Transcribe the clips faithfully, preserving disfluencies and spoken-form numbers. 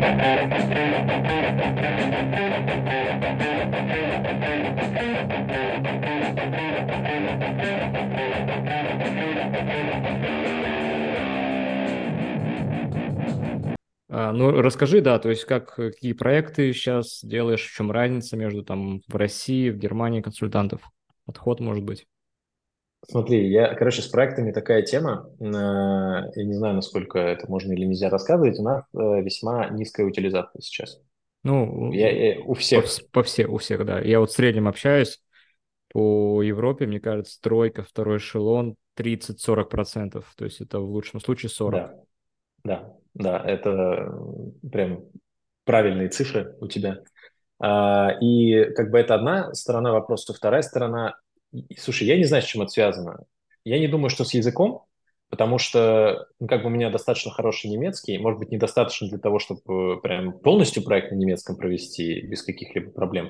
А, ну, расскажи, да, то есть как, э, какие проекты сейчас делаешь, в чем разница между там в России, в Германии консультантов? Подход, может быть. Смотри, я, короче, с проектами такая тема, э, я не знаю, насколько это можно или нельзя рассказывать, у нас э, весьма низкая утилизация сейчас. Я, Ну, я- у по, всех. вс- по все, у всех, да. Я вот в среднем общаюсь по Европе, мне кажется, тройка, второй эшелон тридцать-сорок процентов. То есть это в лучшем случае сорок. Да, да, да, это э, прям правильные цифры у тебя. А, и как бы это одна сторона вопроса. Вторая сторона, и- слушай, я не знаю, с чем это связано. Я не думаю, что с языком, потому что ну, как бы у меня достаточно хороший немецкий, может быть, недостаточно для того, чтобы прям полностью проект на немецком провести без каких-либо проблем,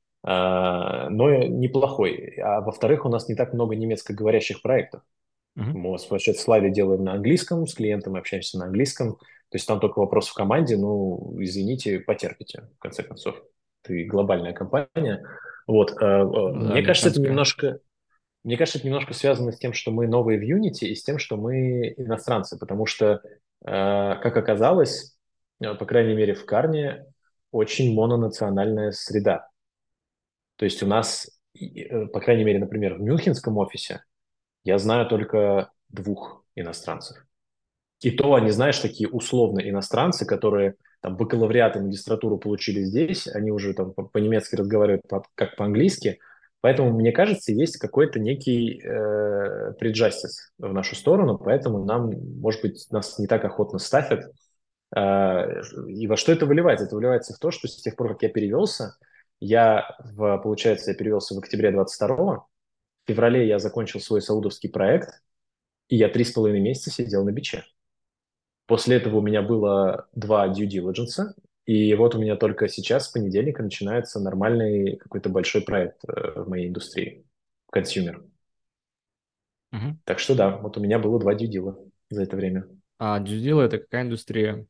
а, но неплохой. А во-вторых, у нас не так много немецкоговорящих проектов. Мгм. Мы вообще в Славе делаем на английском, с клиентом общаемся на английском. То есть там только вопрос в команде, ну, извините, потерпите, в конце концов. Ты глобальная компания. Вот. э, э, Ну да, Мне кажется, это американская. немножко, мне кажется, это немножко связано с тем, что мы новые в Unity и с тем, что мы иностранцы, потому что, э, как оказалось, э, по крайней мере, в Карне очень мононациональная среда. То есть у нас, и, э, по крайней мере, например, в мюнхенском офисе я знаю только двух иностранцев. И то они, знаешь, такие условно иностранцы, которые там бакалавриат и магистратуру получили здесь, они уже там по- по-немецки разговаривают по- как по-английски. Поэтому, мне кажется, есть какой-то некий э, преджастис в нашу сторону, поэтому нам, может быть, нас не так охотно стафят. Э, и во что это выливается? Это выливается в то, что с тех пор, как я перевелся, я, в, получается, я перевелся в октябре двадцать второго, в феврале я закончил свой саудовский проект, и я три с половиной месяца сидел на биче. После этого у меня было два due diligence, и вот у меня только сейчас, с понедельника, начинается нормальный какой-то большой проект э, в моей индустрии, консюмер. Мгм. Так что да, вот у меня было два due дила за это время. А дьюдил это какая индустрия?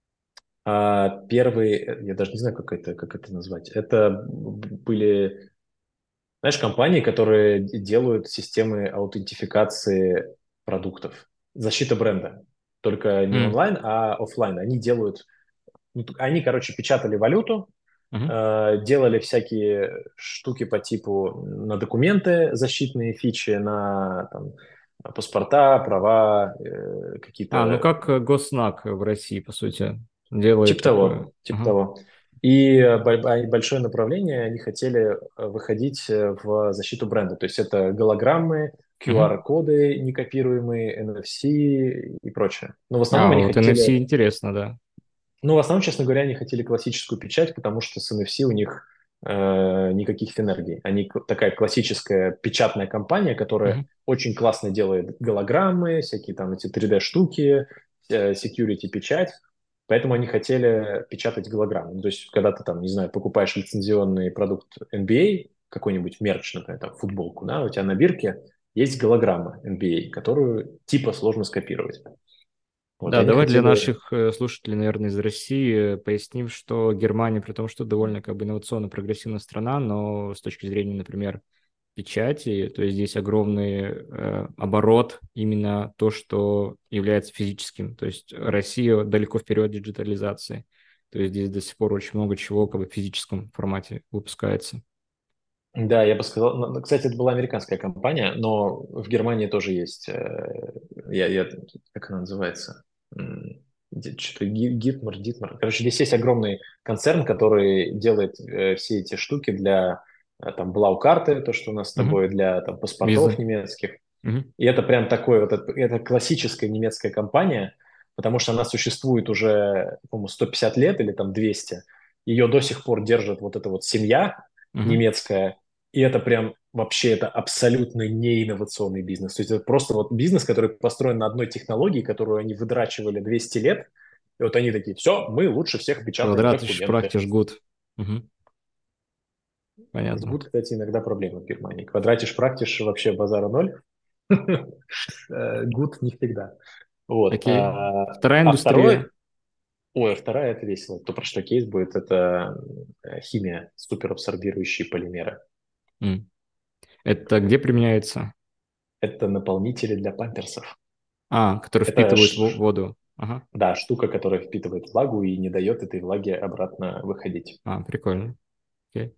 А первый, э, я даже не знаю, как это, как это назвать, это б- были, знаешь, компании, которые д- делают системы аутентификации продуктов, защита бренда, только не М, онлайн, а оффлайн. Они делают, ну, т- они, короче, печатали валюту, мгм. э, делали всякие штуки по типу на документы, защитные фичи, на там, паспорта, права, э, А, ну какие-то как э, Госнак в России, по сути, делает типа такое. того, типа Ага. того. И э, бо- а, большое направление, они хотели э, выходить э, в защиту бренда. То есть это голограммы, Мгм. Q R-коды некопируемые, N F C и прочее. Но в основном А, они вот N F C хотели интересно, да. Ну, в основном, честно говоря, они хотели классическую печать, потому что с N F C у них э, никаких синергий. Они к- такая классическая печатная компания, которая Мгм. очень классно делает голограммы, всякие там эти три дэ-штуки, э, security печать. Поэтому они хотели печатать голограммы. Ну, то есть, когда ты там, не знаю, покупаешь лицензионный продукт N B A, какой-нибудь мерч, например, там, футболку, да, у тебя на бирке есть голограмма N B A, которую типа сложно скопировать. Вот, и Да, они давай для хотели наших э, слушателей, наверное, из России э, поясним, что Германия, при том, что довольно как бы инновационно-прогрессивная страна, но с точки зрения, например, печати, то есть здесь огромный э, оборот именно то, что является физическим. То есть Россия далеко вперед диджитализации. То есть здесь до сих пор очень много чего как бы в физическом формате выпускается. Да, я бы сказал, ну, ну, кстати, это была американская компания, но в Германии тоже есть, э, я, я, как она называется, М, ди- что-то Ги- Гитмар, Дитмар. Короче, здесь есть огромный концерн, который делает э, все эти штуки для э, там Блау-карты, то, что у нас с Мгм. тобой, для там паспортов Визы. немецких. Мгм. И это прям такой вот, это, это классическая немецкая компания, потому что она существует уже, по-моему, сто пятьдесят лет или там двести. Ее до сих пор держит вот эта вот семья Мгм. немецкая, и это прям вообще это абсолютно не инновационный бизнес. То есть это просто вот бизнес, который построен на одной технологии, которую они выдрачивали двести лет, и вот они такие, все, мы лучше всех печатаем Квадрат ищешь, документы. практишь, гуд. Мгм. С Понятно. Good, кстати, иногда проблемы в Германии. Квадратиш, практиш, вообще базара ноль. Good не всегда. Вот. Окей. А, Вторая а второй, индустрия. Ой, а вторая это весело. То, про что кейс будет, это э, химия, суперабсорбирующие полимеры. М. Это где применяется? Это наполнители для памперсов. А, которые Это, впитывают во- ш- воду. Ага. да, штука, которая впитывает влагу и не дает этой влаге обратно выходить. А, прикольно. Окей.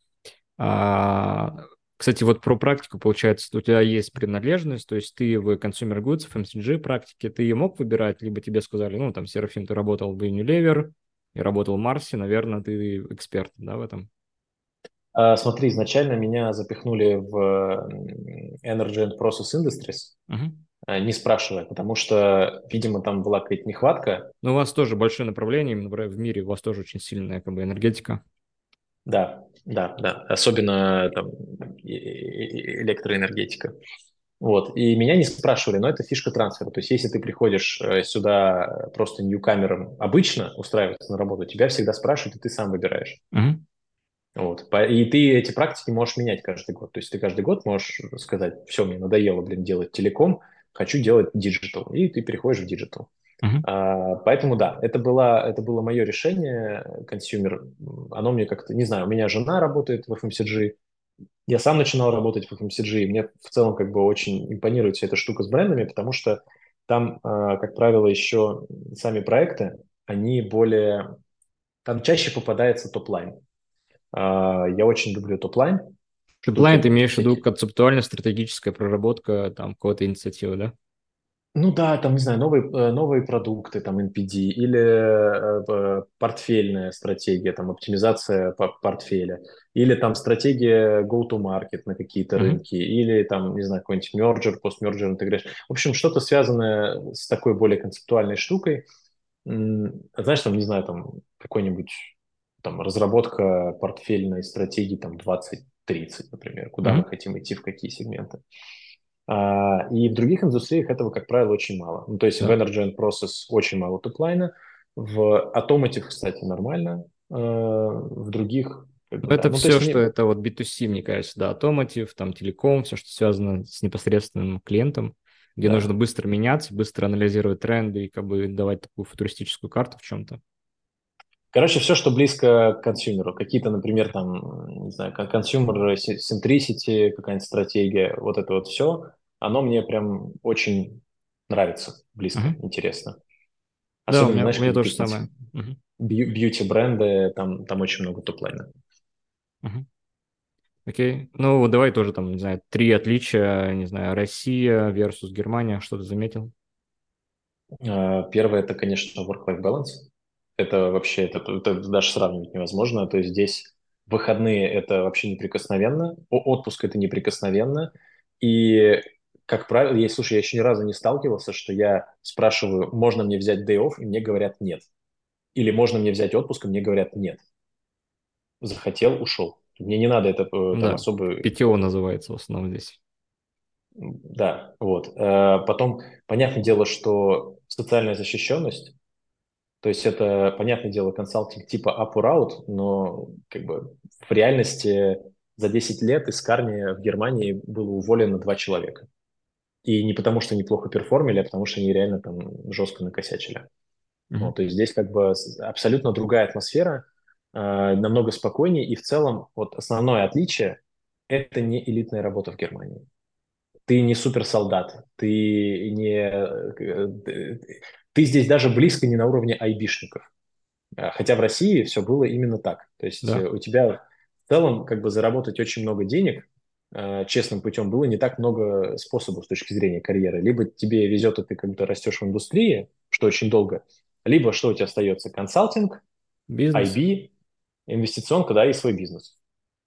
А, кстати, вот про практику, получается, у тебя есть принадлежность, то есть ты в Consumer Goods, эф эм си джи практике, ты ее мог выбирать, либо тебе сказали, ну, там, Серафим, ты работал в Unilever и работал в Марсе, наверное, ты эксперт, да, в этом? А, смотри, изначально меня запихнули в м, Energy and Process Industries, Мгм. а, не спрашивая, потому что, видимо, там была какая-то нехватка. Ну, у вас тоже большое направление, именно в в мире у вас тоже очень сильная, как бы, энергетика. Да, да, да, особенно там и- и- и- электроэнергетика. Вот. И меня не спрашивали, но это фишка трансфера. То есть, если ты приходишь э, сюда просто ньюкамером обычно устраиваться на работу, тебя всегда спрашивают, и ты сам выбираешь. Мгм. Вот. По- И ты эти практики можешь менять каждый год. То есть, ты каждый год можешь сказать, все, мне надоело, блин, делать телеком, хочу делать диджитал. И ты переходишь в диджитал. Мгм. А, поэтому да, это было, это было мое решение, консюмер. Оно мне как-то, не знаю, у меня жена работает в эф эм си джи, я сам начинал работать в эф эм си джи, и мне в целом как бы очень импонирует вся эта штука с брендами, потому что там, а, как правило, еще сами проекты, они более... Там чаще попадается топ-лайн. А, Я очень люблю топ-лайн Дедлайн ты штуки имеешь в виду всякие. концептуально-стратегическая проработка там какой-то инициативы, да? Ну да, там, не знаю, новые, э, новые продукты, там, эн пи ди, или э, э, портфельная стратегия, там, оптимизация по- портфеля, или там стратегия go-to-market на какие-то Мгм. рынки, или там, не знаю, какой-нибудь merger, post-merger integration. В общем, что-то связанное с такой более концептуальной штукой. М, Знаешь, там, не знаю, там, какой-нибудь там разработка портфельной стратегии, там, двадцать тридцать, например, куда мы Мгм. хотим идти, в какие сегменты. А, и в других индустриях этого, как правило, очень мало. Ну, то есть в Да. Energy and Process очень мало топлайна, в Automotive, кстати, нормально, э, в других, как Ну, бы, да. это Ну, то все, есть что мне, это вот би ту си, мне кажется, да, автомотив, там, телеком, все, что связано с непосредственным клиентом, где нужно да. быстро меняться, быстро анализировать тренды и как бы давать такую футуристическую карту в чем-то. Короче, все, что близко к консюмеру. Какие-то, например, там, не знаю, как consumer centricity, какая-нибудь стратегия, вот это вот все, оно мне прям очень нравится, близко, Мгм. интересно. Да, у Особенно, меня, у знаешь, меня то же какие-то самое. Мгм. бьюти-бренды, там, там очень много топлайна. Мгм. Окей. Ну, вот давай тоже там, не знаю, три отличия, не знаю, Россия versus Германия, что ты заметил? А, Первое, это, конечно, work-life balance. Это вообще, это, это даже сравнивать невозможно. То есть здесь выходные– это вообще неприкосновенно, о- отпуск– это неприкосновенно. И, как правило, я, слушай, я еще ни разу не сталкивался, что я спрашиваю, можно мне взять day off, и мне говорят нет. Или можно мне взять отпуск, и мне говорят нет. Захотел– ушел. Мне не надо это э, Ну там да, особо... пи ти о называется в основном здесь. Да, вот. Э, Потом, понятное дело, что социальная защищенность. То есть это, понятное дело, консалтинг типа up or out, но как бы в реальности за десять лет из Карни в Германии было уволено два человека. И не потому, что они плохо перформили, а потому, что они реально там жестко накосячили. Мгм. Вот, то есть здесь как бы с- абсолютно другая атмосфера, э, намного спокойнее. И в целом вот основное отличие– это не элитная работа в Германии. Ты не суперсолдат, ты не... э, э, ты здесь даже близко не на уровне айбишников. А, Хотя в России все было именно так. То есть э, Да. у тебя в целом как бы заработать очень много денег э, честным путем было не так много способов с точки зрения карьеры. Либо тебе везет, и ты как-то растешь в индустрии, что очень долго, либо что у тебя остается? Консалтинг, Бизнес. ай би, инвестиционка, да, и свой бизнес.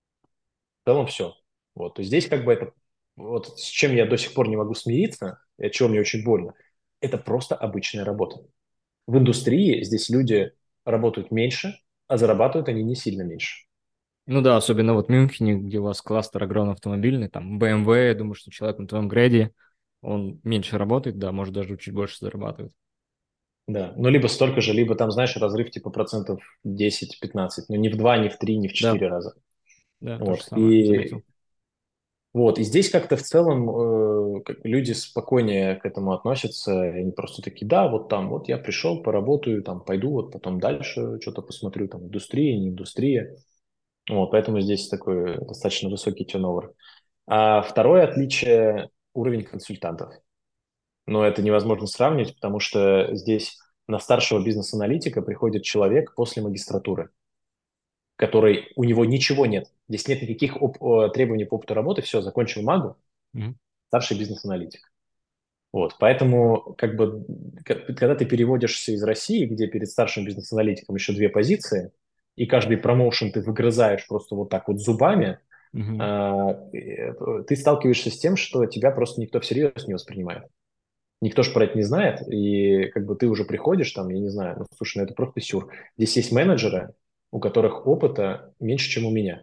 В целом все. Вот. То есть здесь как бы это, вот с чем я до сих пор не могу смириться, и от чего мне очень больно, это просто обычная работа. В индустрии здесь люди работают меньше, а зарабатывают они не сильно меньше. Ну да, особенно вот в Мюнхене, где у вас кластер огромный автомобильный, там бэ эм вэ, я думаю, что человек на твоем грейде, он меньше работает, да, может даже чуть больше зарабатывает. Да, ну либо столько же, либо там, знаешь, разрыв типа процентов десять-пятнадцать, но не в два, не в три, не в Да, четыре раза. да, то же Вот. самое, И заметил. Вот, и здесь как-то в целом э, как бы люди спокойнее к этому относятся, и они просто такие, да, вот там, вот я пришел, поработаю, там, пойду, вот потом дальше что-то посмотрю, там, индустрия, не индустрия. Вот, поэтому здесь такой достаточно высокий turnover. А второе отличие — уровень консультантов. Но это невозможно сравнить, потому что здесь на старшего бизнес-аналитика приходит человек после магистратуры, который, у него ничего нет. Здесь нет никаких оп- э, требований по опыту работы, все, закончил магу, Мгм. старший бизнес-аналитик. Вот, поэтому, как бы, к- когда ты переводишься из России, где перед старшим бизнес-аналитиком еще две позиции, и каждый промоушен ты выгрызаешь просто вот так вот зубами, Мгм. а, э, ты сталкиваешься с тем, что тебя просто никто всерьез не воспринимает. Никто же про это не знает, и как бы ты уже приходишь там, я не знаю, ну, слушай, ну это просто сюр. Здесь есть менеджеры, у которых опыта меньше, чем у меня.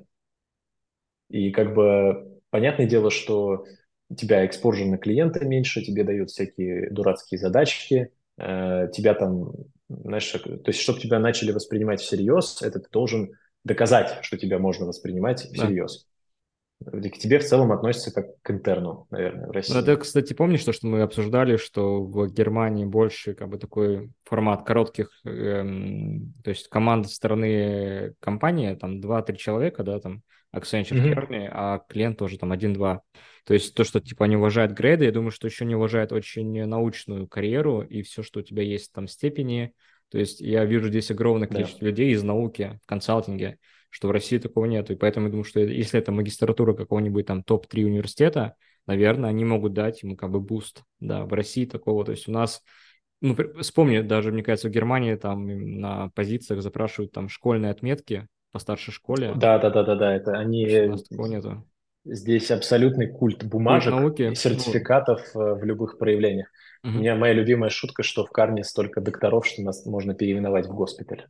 И как бы понятное дело, что у тебя экспоржен на клиента меньше, тебе дают всякие дурацкие задачки, э, тебя там, знаешь, как- то есть, чтобы тебя начали воспринимать всерьез, это ты должен доказать, что тебя можно воспринимать Да. всерьез. И к тебе в целом относятся как к интерну, наверное, в Ну, это, России. кстати, помнишь то, что мы обсуждали, что в Германии больше как бы такой формат коротких, эм, то есть команда со стороны компании, там два-три человека, да, там Accenture в Мгм. Керне, а клиент тоже там один-два. То есть то, что типа они уважают грейды, я думаю, что еще не уважают очень научную карьеру и все, что у тебя есть там степени. То есть я вижу здесь огромное Да. количество людей из науки в консалтинге, что в России такого нет. И поэтому я думаю, что если это магистратура какого-нибудь там топ три университета, наверное, они могут дать ему как бы буст. Да, в России такого, то есть у нас, ну, при- вспомни, даже, мне кажется, в Германии там им на позициях запрашивают там школьные отметки по старшей школе, Да, да, да, да, да. Это они что у э, нас такого нету. здесь абсолютный культ Культ бумажек и науки, ну, сертификатов э, в любых проявлениях. У мгм, меня моя любимая шутка, что в Карне столько докторов, что нас можно переименовать в госпиталь.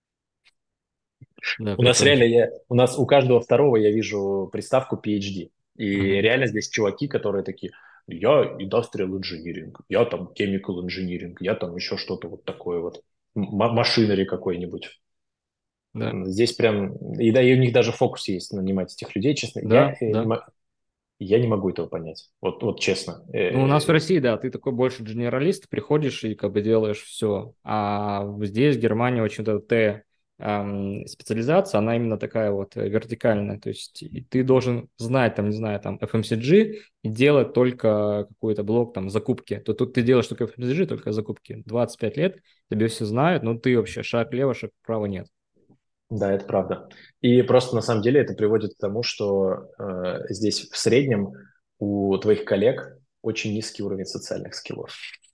да, У нас реально, прикольно. я, у нас у каждого второго я вижу приставку PhD. И Мгм. реально здесь чуваки, которые такие, я industrial engineering, я там chemical engineering, я там еще что-то вот такое вот, машинери какой-нибудь. Да, Здесь прям, и да, и у них даже фокус есть нанимать этих людей, честно. Я да, э, не, да. мо- я не могу этого понять. Вот, вот честно. Ну, у нас в Э, России, да, ты такой больше генералист, приходишь и как бы делаешь все. А здесь, в Германии, очень вот эта Т эм, специализация, она именно такая вот э, вертикальная. То есть и ты должен знать, там, не знаю, там, эф эм си джи и делать только какой-то блок, там, закупки. То тут ты делаешь только эф эм си джи, только закупки. двадцать пять лет, тебе все знают, но ты вообще шаг влево, шаг вправо нет. да, это правда. И просто на самом деле это приводит к тому, что э, здесь в среднем у твоих коллег очень низкий уровень социальных скиллов.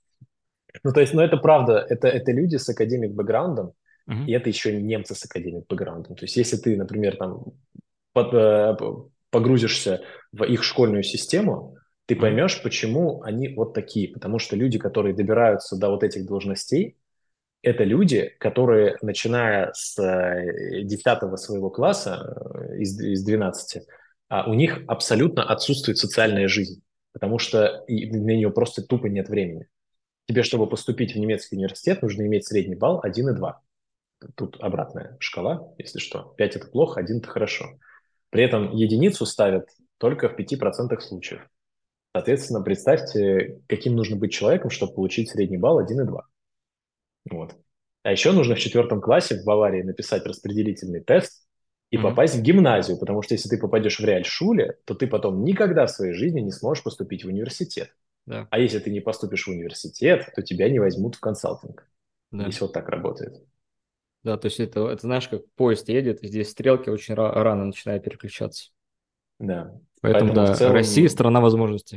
Ну, то есть, ну, это правда. Это, это люди с академик бэкграундом, и Мгм. это еще не немцы с академик бэкграундом. То есть, если ты, например, там под- э, погрузишься в их школьную систему, ты Мгм. поймешь, почему они вот такие. Потому что люди, которые добираются до вот этих должностей, это люди, которые, начиная с э, десятого своего класса, э, из, из двенадцати, а, у них абсолютно отсутствует социальная жизнь, потому что и на нее просто тупо нет времени. Тебе, чтобы поступить в немецкий университет, нужно иметь средний балл один и два. Тут обратная шкала, если что. Пять это плохо, один это хорошо. При этом единицу ставят только в пяти процентах случаев. Соответственно, представьте, каким нужно быть человеком, чтобы получить средний балл один и два. Вот. А еще нужно в четвертом классе в Баварии написать распределительный тест и Мгм. попасть в гимназию, потому что если ты попадешь в реальшуле, то ты потом никогда в своей жизни не сможешь поступить в университет. Да, А если ты не поступишь в университет, то тебя не возьмут в консалтинг. да. Здесь вот так работает. Да, то есть это, это знаешь, как поезд едет, и здесь стрелки очень ра- рано начинают переключаться. Да. Поэтому, Поэтому в да, Россия — целом, страна возможностей.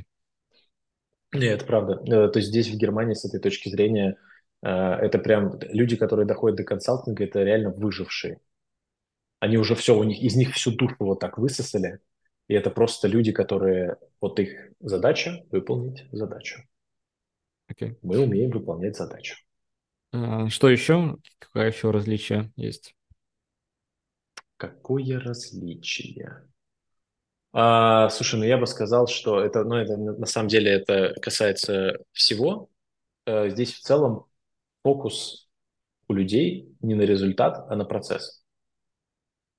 не, это правда. Э, То есть здесь в Германии с этой точки зрения э, это прям люди, которые доходят до консалтинга, это реально выжившие. Они уже все, у них, из них всю душу вот так высосали. И это просто люди, которые, вот их задача — выполнить задачу. Окей. Мы умеем выполнять задачу. А, что еще? Какое еще различие есть? Какое различие? А, слушай, ну я бы сказал, что это, ну это на на самом деле это касается всего. Э, Здесь в целом фокус у людей не на результат, а на процесс.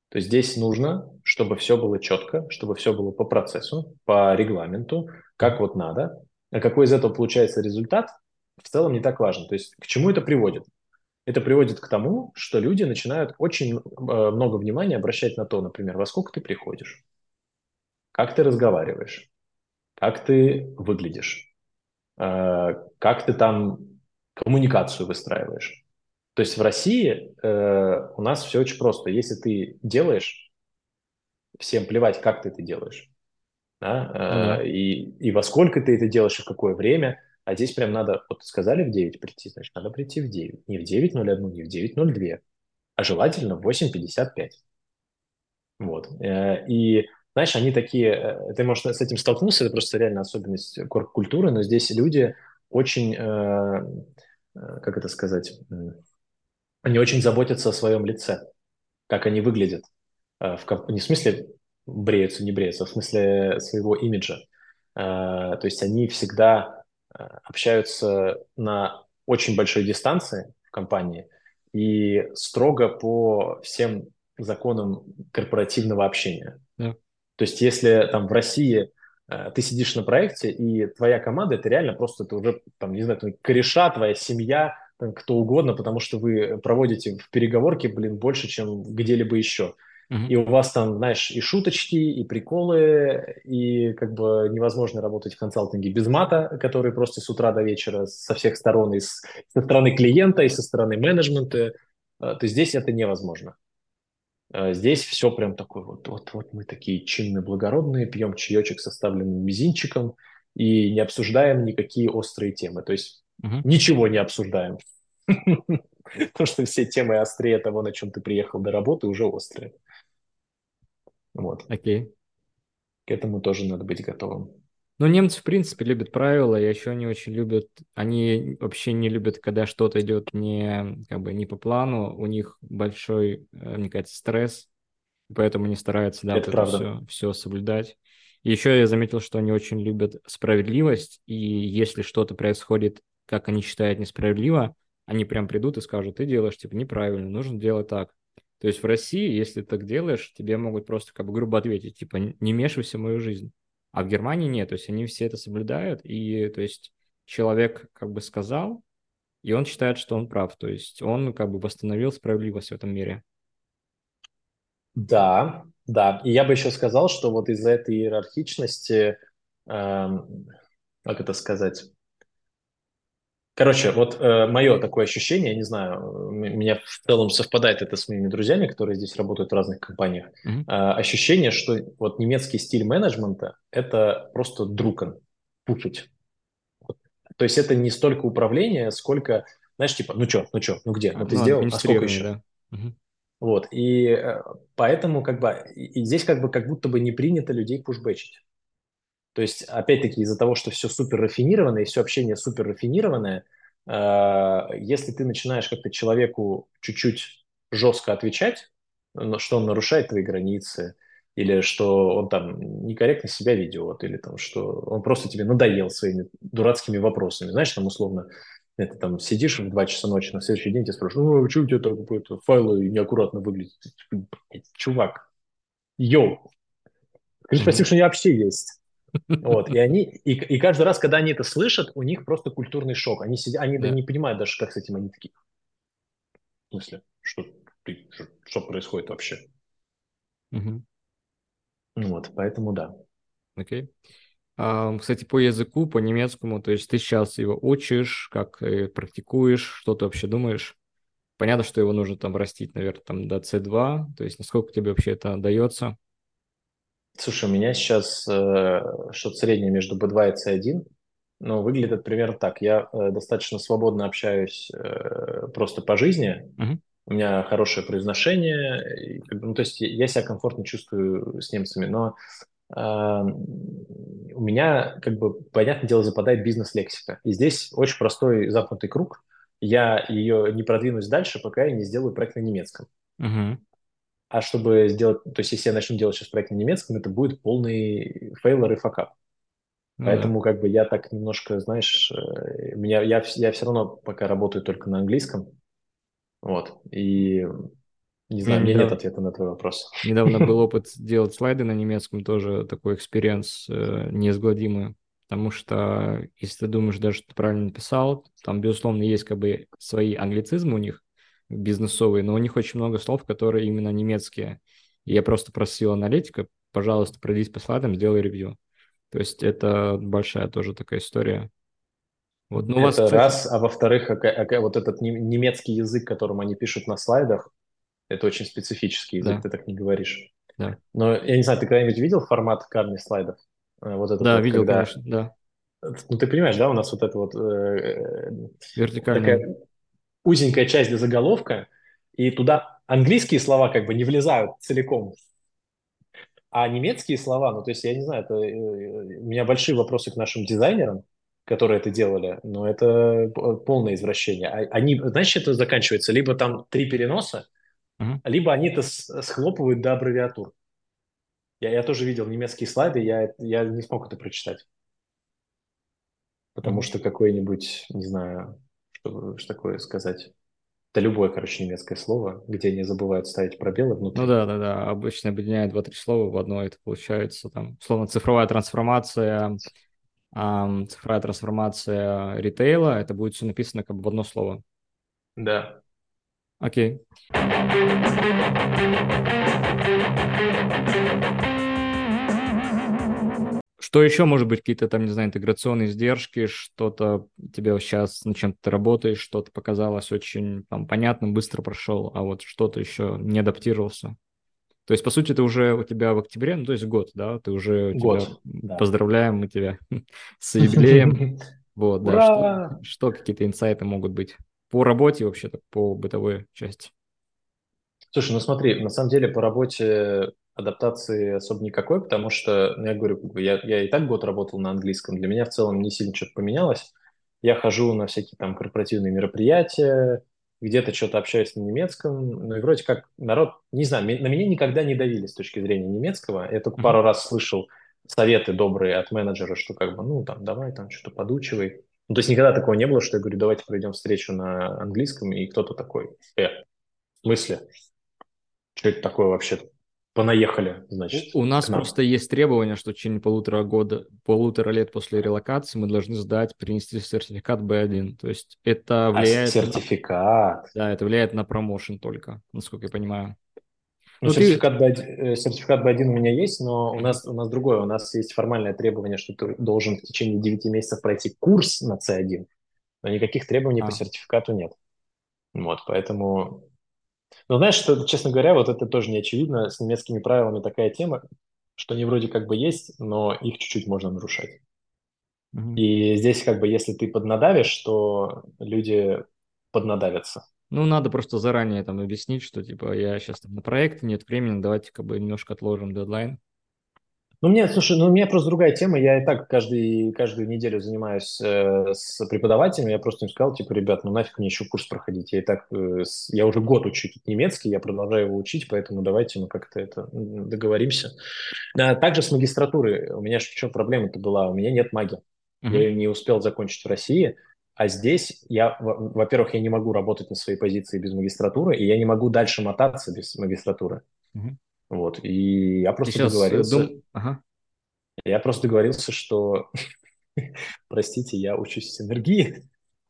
То есть здесь нужно, чтобы все было четко, чтобы все было по процессу, по регламенту, как Мгм. вот надо. А какой из этого получается результат, в целом не так важно. То есть к чему это приводит? Это приводит к тому, что люди начинают очень э, много внимания обращать на то, например, во сколько ты приходишь, как ты разговариваешь, как ты выглядишь, э, как ты там коммуникацию выстраиваешь. То есть в России э, у нас все очень просто. Если ты делаешь, всем плевать, как ты это делаешь, Ну да, да. э, и, и во сколько ты это делаешь, и в какое время. А здесь прям надо, вот сказали в девять прийти, значит, надо прийти в девять. Не в девять ноль один, не в девять ноль два, а желательно в восемь пятьдесят пять. Вот. Э, И, знаешь, они такие, э, ты, может, с этим столкнулся, это просто реально особенность культуры, но здесь люди очень, э, э, как это сказать, м, они очень заботятся о своем лице, как они выглядят. Э, В, комп- не в смысле бреются, не бреются, а в смысле своего имиджа. Э, То есть они всегда э, общаются на очень большой дистанции в компании и строго по всем законам корпоративного общения. Да. То есть если там в России э, ты сидишь на проекте, и твоя команда, это реально просто, это уже, там, не знаю, твои кореша, твоя семья, там, кто угодно, потому что вы проводите в переговорке, блин, больше, чем где-либо еще. Мгм. И у вас там, знаешь, и шуточки, и приколы, и как бы невозможно работать в консалтинге без мата, который просто с утра до вечера со всех сторон, и с, со стороны клиента, и со стороны менеджмента. Э, То здесь это невозможно. Э, Здесь все прям такое вот, вот, вот мы такие чинные, благородные, пьем чаечек с оставленным мизинчиком и не обсуждаем никакие острые темы. То есть Мгм. ничего не обсуждаем. Потому что все темы острее того, на чем ты приехал до работы, уже острые. Вот. Окей. К этому тоже надо быть готовым. Ну, немцы, в принципе, любят правила, и еще они очень любят, они вообще не любят, когда что-то идет не, как бы, не по плану, у них большой, э, мне кажется, стресс, поэтому они стараются, да, вот Это это правда. все, все соблюдать. И еще я заметил, что они очень любят справедливость, и если что-то происходит, как они считают, несправедливо, они прям придут и скажут: ты делаешь, типа, неправильно, нужно делать так. То есть в России, если ты так делаешь, тебе могут просто как бы грубо ответить, типа, не вмешивайся в мою жизнь. А в Германии нет, то есть они все это соблюдают, и то есть человек как бы сказал, и он считает, что он прав, то есть он как бы восстановил справедливость в этом мире. Да, да. И я бы еще сказал, что вот из-за этой иерархичности, эм, как это сказать, короче, вот э, мое такое ощущение, я не знаю, э, м- меня в целом совпадает это с моими друзьями, которые здесь работают в разных компаниях, Мгм. э, ощущение, что вот немецкий стиль менеджмента – это просто друкан, пушить. То есть это не столько управление, сколько, знаешь, типа, ну что, ну что, ну где, А, ну ты ну, сделал, а сколько администрирование, еще? да. Мгм. Вот, и э, поэтому как бы, и, и здесь как бы как будто бы не принято людей пушбэчить. То есть, опять-таки, из-за того, что все супер рафинированное и все общение супер рафинированное, э, если ты начинаешь как-то человеку чуть-чуть жестко отвечать, ну, что он нарушает твои границы, или что он там некорректно себя ведет, или там, что он просто тебе надоел своими дурацкими вопросами. Знаешь, там условно, это там сидишь в два часа ночи, на следующий день тебя спрашивают: ну, что у тебя так это, файлы неаккуратно выглядят? Чувак, йоу, скажи Мгм. спасибо, что они вообще есть. Вот, и они, и, и каждый раз, когда они это слышат, у них просто культурный шок. Они сидят, они да Да. не понимают даже, как с этим они такие. В смысле, что, ты- что, что происходит вообще? Мгм. Ну вот, поэтому да. Окей. А, кстати, по языку, по немецкому, то есть ты сейчас его учишь, как э, практикуешь, что ты вообще думаешь? Понятно, что его нужно там растить, наверное, там до C два, то есть насколько тебе вообще это дается? Слушай, у меня сейчас э, что-то среднее между би два и си один, но выглядит примерно так. Я э, достаточно свободно общаюсь э, просто по жизни. Мгм. У меня хорошее произношение, и, как бы, ну, то есть я я себя комфортно чувствую с немцами, но а, у меня, как бы, понятное дело, западает бизнес-лексика. И здесь очень простой замкнутый круг. Я ее не продвинусь дальше, пока я не сделаю проект на немецком. Мгм. А чтобы сделать, то есть если я начну делать сейчас проект на немецком, это будет полный фейлор и факап. Ну да. Поэтому как бы я так немножко, знаешь, э, меня, я, вс- я все равно пока работаю только на английском. Вот. И Не У меня знаю, у меня нет недавно, ответа на твой вопрос. недавно был опыт делать слайды на немецком, тоже такой экспириенс э, неизгладимый. Потому что, если ты думаешь, даже что ты правильно написал, там, безусловно, есть как бы свои англицизмы у них, бизнесовые, но у них очень много слов, которые именно немецкие. И я просто просил аналитика, пожалуйста, пройдись по слайдам, сделай ревью. То есть это большая тоже такая история. Вот. Ну, у вас, Это кстати, раз, а во-вторых, ока- ока- вот этот нем- немецкий язык, которым они пишут на слайдах, это очень специфический язык, да, ты так не говоришь. да. Но я не знаю, ты когда-нибудь видел формат карни слайдов? Э, Вот этот Да, вот, видел, когда... конечно, да. Ну, ты понимаешь, да, у нас вот эта вот э, э, Вертикальная. такая узенькая часть для заголовка, и туда английские слова как бы не влезают целиком, а немецкие слова, ну, то есть, я не знаю, это, э, у меня большие вопросы к нашим дизайнерам, которые это делали, но это п- полное извращение. А- Они, знаешь, что это заканчивается? Либо там три переноса, Мгм. либо они это с- схлопывают до аббревиатур. Я, я тоже видел немецкие слайды, я, я не смог это прочитать, потому Мгм. что какой-нибудь, не знаю, что, что такое сказать. Это любое, короче, немецкое слово, где не забывают ставить пробелы Ну внутри. да, да, да. Обычно объединяют два-три слова в одно, это получается там, словно цифровая трансформация, ам, цифровая трансформация ритейла, это будет все написано как бы в одно слово. Да. Окей. Что еще может быть, какие-то там, не знаю, интеграционные издержки, что-то тебе сейчас, над чем ты работаешь, что-то показалось очень там понятным, быстро прошел, а вот что-то еще не адаптировался. То есть, по сути, ты уже у тебя в октябре, ну, то есть год, да, ты уже у тебя, Год. Да. поздравляем мы тебя с юбилеем. Вот, да, что, Ура! что какие-то инсайты могут быть по работе вообще-то, по бытовой части. Слушай, ну смотри, на самом деле по работе адаптации особо никакой, потому что, ну, я говорю, как бы я, я и так год работал на английском, для меня в целом не сильно что-то поменялось. Я хожу на всякие там корпоративные мероприятия, где-то что-то общаюсь на немецком, ну и вроде как народ, не знаю, ме- на меня никогда не давили с точки зрения немецкого. Я только Мгм. пару раз слышал советы добрые от менеджера, что как бы, ну там, давай там что-то подучивай. Ну, то есть никогда такого не было, что я говорю, давайте проведем встречу на английском, и кто-то такой, э, в смысле? Что это такое вообще? Понаехали, значит, У, у к нас нам. просто есть требование, что в течение полутора года, полутора лет после релокации мы должны сдать, принести сертификат би один. То есть это А влияет на, сертификат? да, это влияет на промоушен только, насколько я понимаю. Ну, Ну ты, сертификат би один, э, сертификат би один у меня есть, но у Мгм. нас, у нас другое. У нас есть формальное требование, что ты должен в течение девяти месяцев пройти курс на си один, но никаких требований по А, сертификату нет. Вот, поэтому... Ну, знаешь, что, честно говоря, вот это тоже не очевидно. С немецкими правилами такая тема, что они вроде как бы есть, но их чуть-чуть можно нарушать. мгм. И здесь как бы, если ты поднадавишь, то люди поднадавятся. Ну, надо просто заранее там объяснить, что типа я сейчас там на проекте, нет времени, давайте как бы немножко отложим дедлайн. Ну, мне, слушай, ну, у меня просто другая тема. Я и так каждый, каждую неделю занимаюсь э, с преподавателями. Я просто им сказал, типа, ребят, ну нафиг мне еще курс проходить. Я и так, э, с- я уже год учу тут немецкий, я продолжаю его учить, поэтому давайте мы как-то это м, договоримся. А также с магистратурой. У меня же в чем проблема-то была? У меня нет магии. Я Мгм. ее не успел закончить в России. А здесь я, во- во-первых, я не могу работать на своей позиции без магистратуры, и я не могу дальше мотаться без магистратуры. Мгм. Вот. И я Ты просто сейчас договорился, дум... Ага. я просто договорился, что, простите, я учусь в синергии.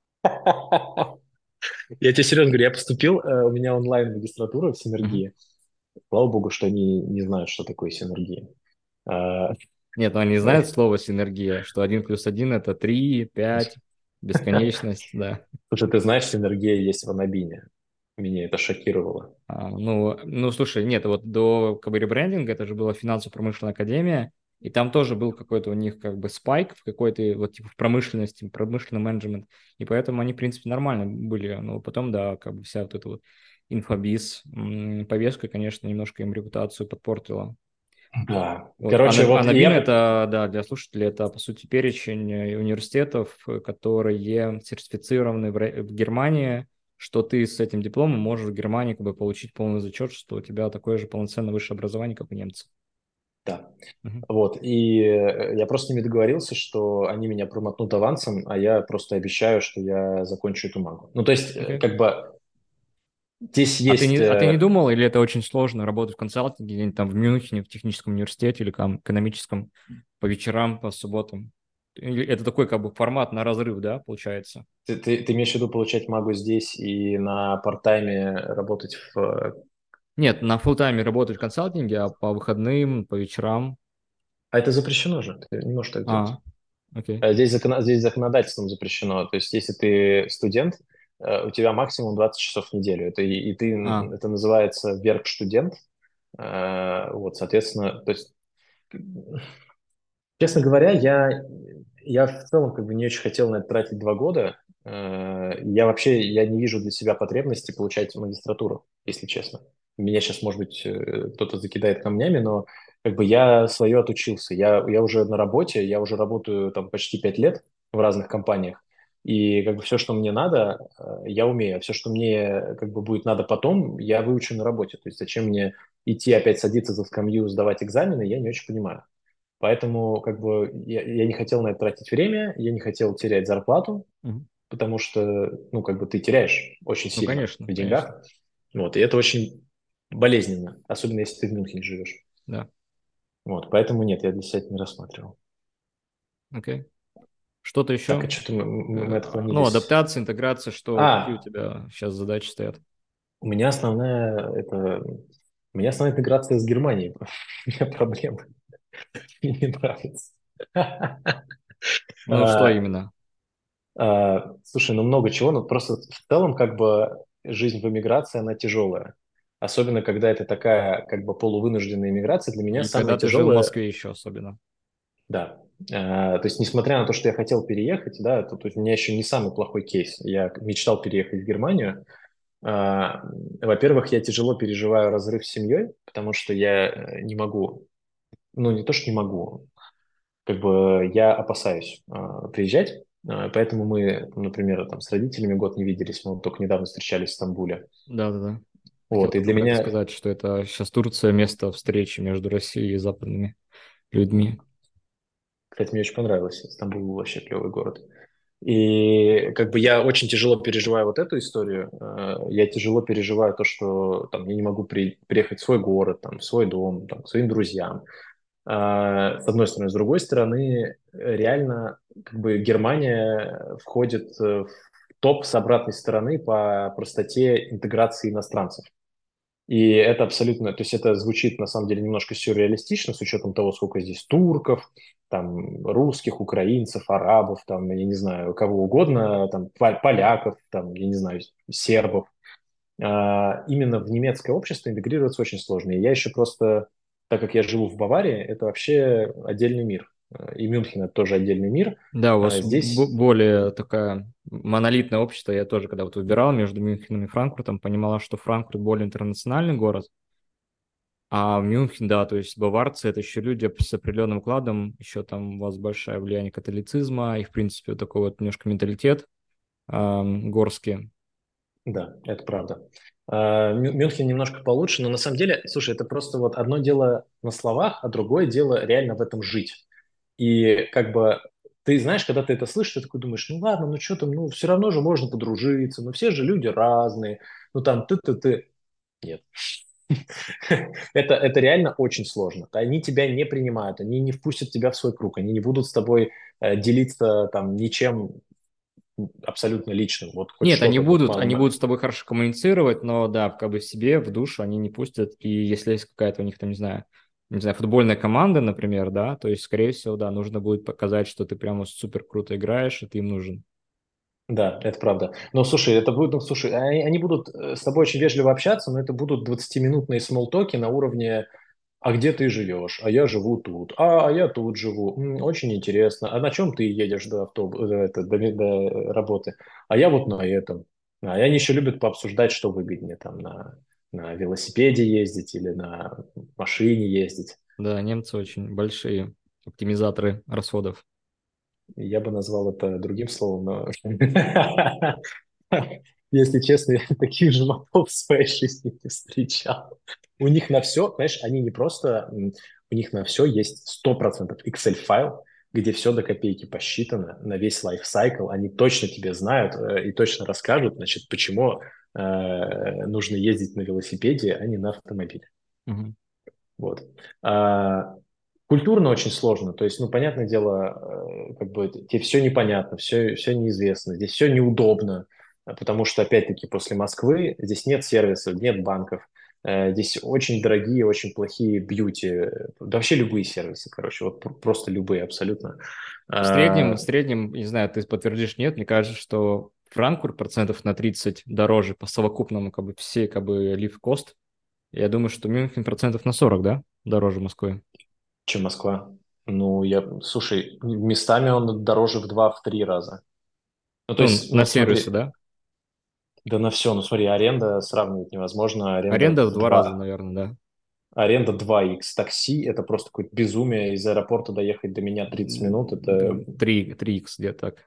Я тебе серьезно говорю, я поступил, э, у меня онлайн магистратура в Мгм. синергии. Слава богу, что они не знают, что такое синергия. А, Нет, ну они знают слово синергия, что один плюс один это три, пять, бесконечность, да. Слушай, ты знаешь, синергия есть в Анабине. Меня это шокировало. А, ну, ну, слушай, нет, вот до как бы ребрендинга это же была финансово-промышленная академия, и там тоже был какой-то у них как бы спайк в какой-то вот типа в промышленности, промышленный менеджмент, и поэтому они, в принципе, нормально были, но потом, да, как бы вся вот эта вот инфобиз м, повестка, конечно, немножко им репутацию подпортила. Да. Вот. А, Короче, на- а вот и Набин я... это, да, для слушателей, это, по сути, перечень э, университетов, э, которые сертифицированы в, Ре- в Германии, что ты с этим дипломом можешь в Германии как бы получить полный зачет, что у тебя такое же полноценное высшее образование, как у немцев. Да. Мгм. Вот. И э, я просто с ними договорился, что они меня промотнут авансом, а я просто обещаю, что я закончу эту магу. Ну, то есть, э, Окей. как бы Здесь А ты не, есть... а ты не э, думал, или это очень сложно работать в консалтинге, где-нибудь там в Мюнхене, в техническом университете или там экономическом по вечерам, по субботам? Или это такой как бы формат на разрыв, да, получается? Ты, ты, ты имеешь в виду получать магу здесь и на парт-тайме работать в... э, Нет, на фулл-тайме работать в консалтинге, а по выходным, по вечерам. А это запрещено же, ты не можешь так делать. А, окей. А Здесь, закон- здесь законодательством запрещено. То есть, если ты студент, э, у тебя максимум двадцать часов в неделю. Это, и, и ты, А, это называется верк-студент. Э, Вот, соответственно, то есть, честно говоря, я, я в целом как бы не очень хотел на это тратить два года. Э, Я вообще я не вижу для себя потребности получать магистратуру, если честно. Меня сейчас, может быть, э, кто-то закидает камнями, но как бы я свое отучился. Я, я уже на работе, я уже работаю там почти пять лет в разных компаниях. И как бы все, что мне надо, э, я умею. А все, что мне как бы будет надо потом, я выучу на работе. То есть зачем мне идти опять садиться за скамью, сдавать экзамены, я не очень понимаю. Поэтому как бы я, я не хотел на это тратить время, я не хотел терять зарплату, мгм. потому что, ну, как бы ты теряешь очень Ну, сильно конечно, в конечно, деньгах. Вот, и это очень болезненно, особенно если ты в Мюнхене живешь. да, Вот, поэтому нет, я для себя это не рассматривал. окей. Что-то Так, а еще? что-то мы, мы, мы Э, Ну, отклонились. адаптация, интеграция, что, какие у А, тебя сейчас задачи стоят? у меня основная, это, у меня основная интеграция с Германией. У меня проблемы. Мне не нравится. Ну, что А, именно? А, слушай, ну много чего, но просто в целом как бы жизнь в эмиграции, она тяжелая. Особенно, когда это такая как бы полувынужденная иммиграция, для меня И самое когда ты жил в тяжелое, Москве еще особенно. да. А, то есть, несмотря на то, что я хотел переехать, да, то, то есть у меня еще не самый плохой кейс. Я мечтал переехать в Германию. А, во-первых, я тяжело переживаю разрыв с семьей, потому что я э, не могу, ну не то, что не могу, как бы я опасаюсь а, приезжать, а, поэтому мы, например, там с родителями год не виделись, мы вот только недавно встречались в Стамбуле. Да-да-да. Хотел Вот, и только для про это меня, сказать, что это сейчас Турция место встречи между Россией и западными людьми. кстати, мне очень понравилось, Стамбул вообще клевый город. И как бы я очень тяжело переживаю вот эту историю. Э, Я тяжело переживаю то, что там я не могу при, приехать в свой город, там, в свой дом, там, к своим друзьям. А, С одной стороны. С другой стороны, реально как бы Германия входит э, в топ с обратной стороны по простоте интеграции иностранцев. И это абсолютно, то есть это звучит на самом деле немножко сюрреалистично с учетом того, сколько здесь турков, там русских, украинцев, арабов, там, я не знаю, кого угодно, там пол- поляков, там, я не знаю, сербов. А, именно в немецкое общество интегрироваться очень сложно. И я еще просто, так как я живу в Баварии, это вообще отдельный мир. А, И Мюнхен это тоже отдельный мир. Да, у А вас б- Здесь, более такая монолитное общество. Я тоже, когда вот выбирал между Мюнхеном и Франкфуртом, понимала, что Франкфурт более интернациональный город, а Мюнхен, да, то есть баварцы — это еще люди с определенным укладом, еще там у вас большое влияние католицизма и, в принципе, вот такой вот немножко менталитет ам, горский. да, это правда. А, Мю- Мюнхен немножко получше, но на самом деле, слушай, это просто вот одно дело на словах, а другое дело реально в этом жить. И как бы ты знаешь, когда ты это слышишь, ты такой думаешь, ну ладно, ну что там, ну все равно же можно подружиться, ну все же люди разные, ну там ты-ты-ты. Нет. Это, это реально очень сложно. Они тебя не принимают, они не впустят тебя в свой круг, они не будут с тобой э, делиться там ничем абсолютно личным. Вот хоть Нет, они что-то. Вот, будут, ма- они ма- будут с тобой хорошо коммуницировать, но да, как бы себе в душу они не пустят. И если есть какая-то у них там, не знаю, не знаю, футбольная команда, например, да, то есть, скорее всего, да, нужно будет показать, что ты прямо супер круто играешь, и ты им нужен. Да, это правда. Но слушай, это будет, ну, слушай, они, они будут э, с тобой очень вежливо общаться, но это будут двадцатиминутные смолтоки на уровне «А где ты живешь? А я живу тут. А, а я тут живу. М, очень интересно. А на чем ты едешь до, автобуса, это, до, ме- до работы? А я вот на этом». А и они еще любят пообсуждать, что выгоднее, там, на, на велосипеде ездить или на машине ездить. Да, немцы очень большие оптимизаторы расходов. Я бы назвал это другим словом, но если честно, я таких же мотов в своей жизни не встречал. У них на все, знаешь, они не просто, м, у них на все есть сто процентов Excel-файл, где все до копейки посчитано, на весь лайфсайкл. Они точно тебе знают э, и точно расскажут, значит, почему э, нужно ездить на велосипеде, а не на автомобиле. Мгм. Вот. А, культурно очень сложно. То есть, ну, понятное дело, э, как бы тебе все непонятно, все, все неизвестно, здесь все неудобно, э, потому что, опять-таки, после Москвы здесь нет сервисов, нет банков, э, здесь очень дорогие, очень плохие бьюти, э, да вообще любые сервисы, короче, вот пр- просто любые абсолютно. В среднем, в А, среднем, не знаю, ты подтвердишь, нет, мне кажется, что Франкфурт процентов на тридцать дороже по совокупному, как бы, всей, как бы, live cost. Я думаю, что Мюнхен процентов на сорок, да, дороже Москвы. чем Москва. Ну, я, слушай, местами он дороже в два, в три раза. Ну, то Ну, есть, на ну, сервисы, смотри, да? да на все. Ну, смотри, аренда сравнивать невозможно. Аренда Аренда в в два раза, два. наверное, да. Аренда два икс. Такси– это просто какое-то безумие. Из аэропорта доехать до меня тридцать минут– это… Да, три, три икс где-то так.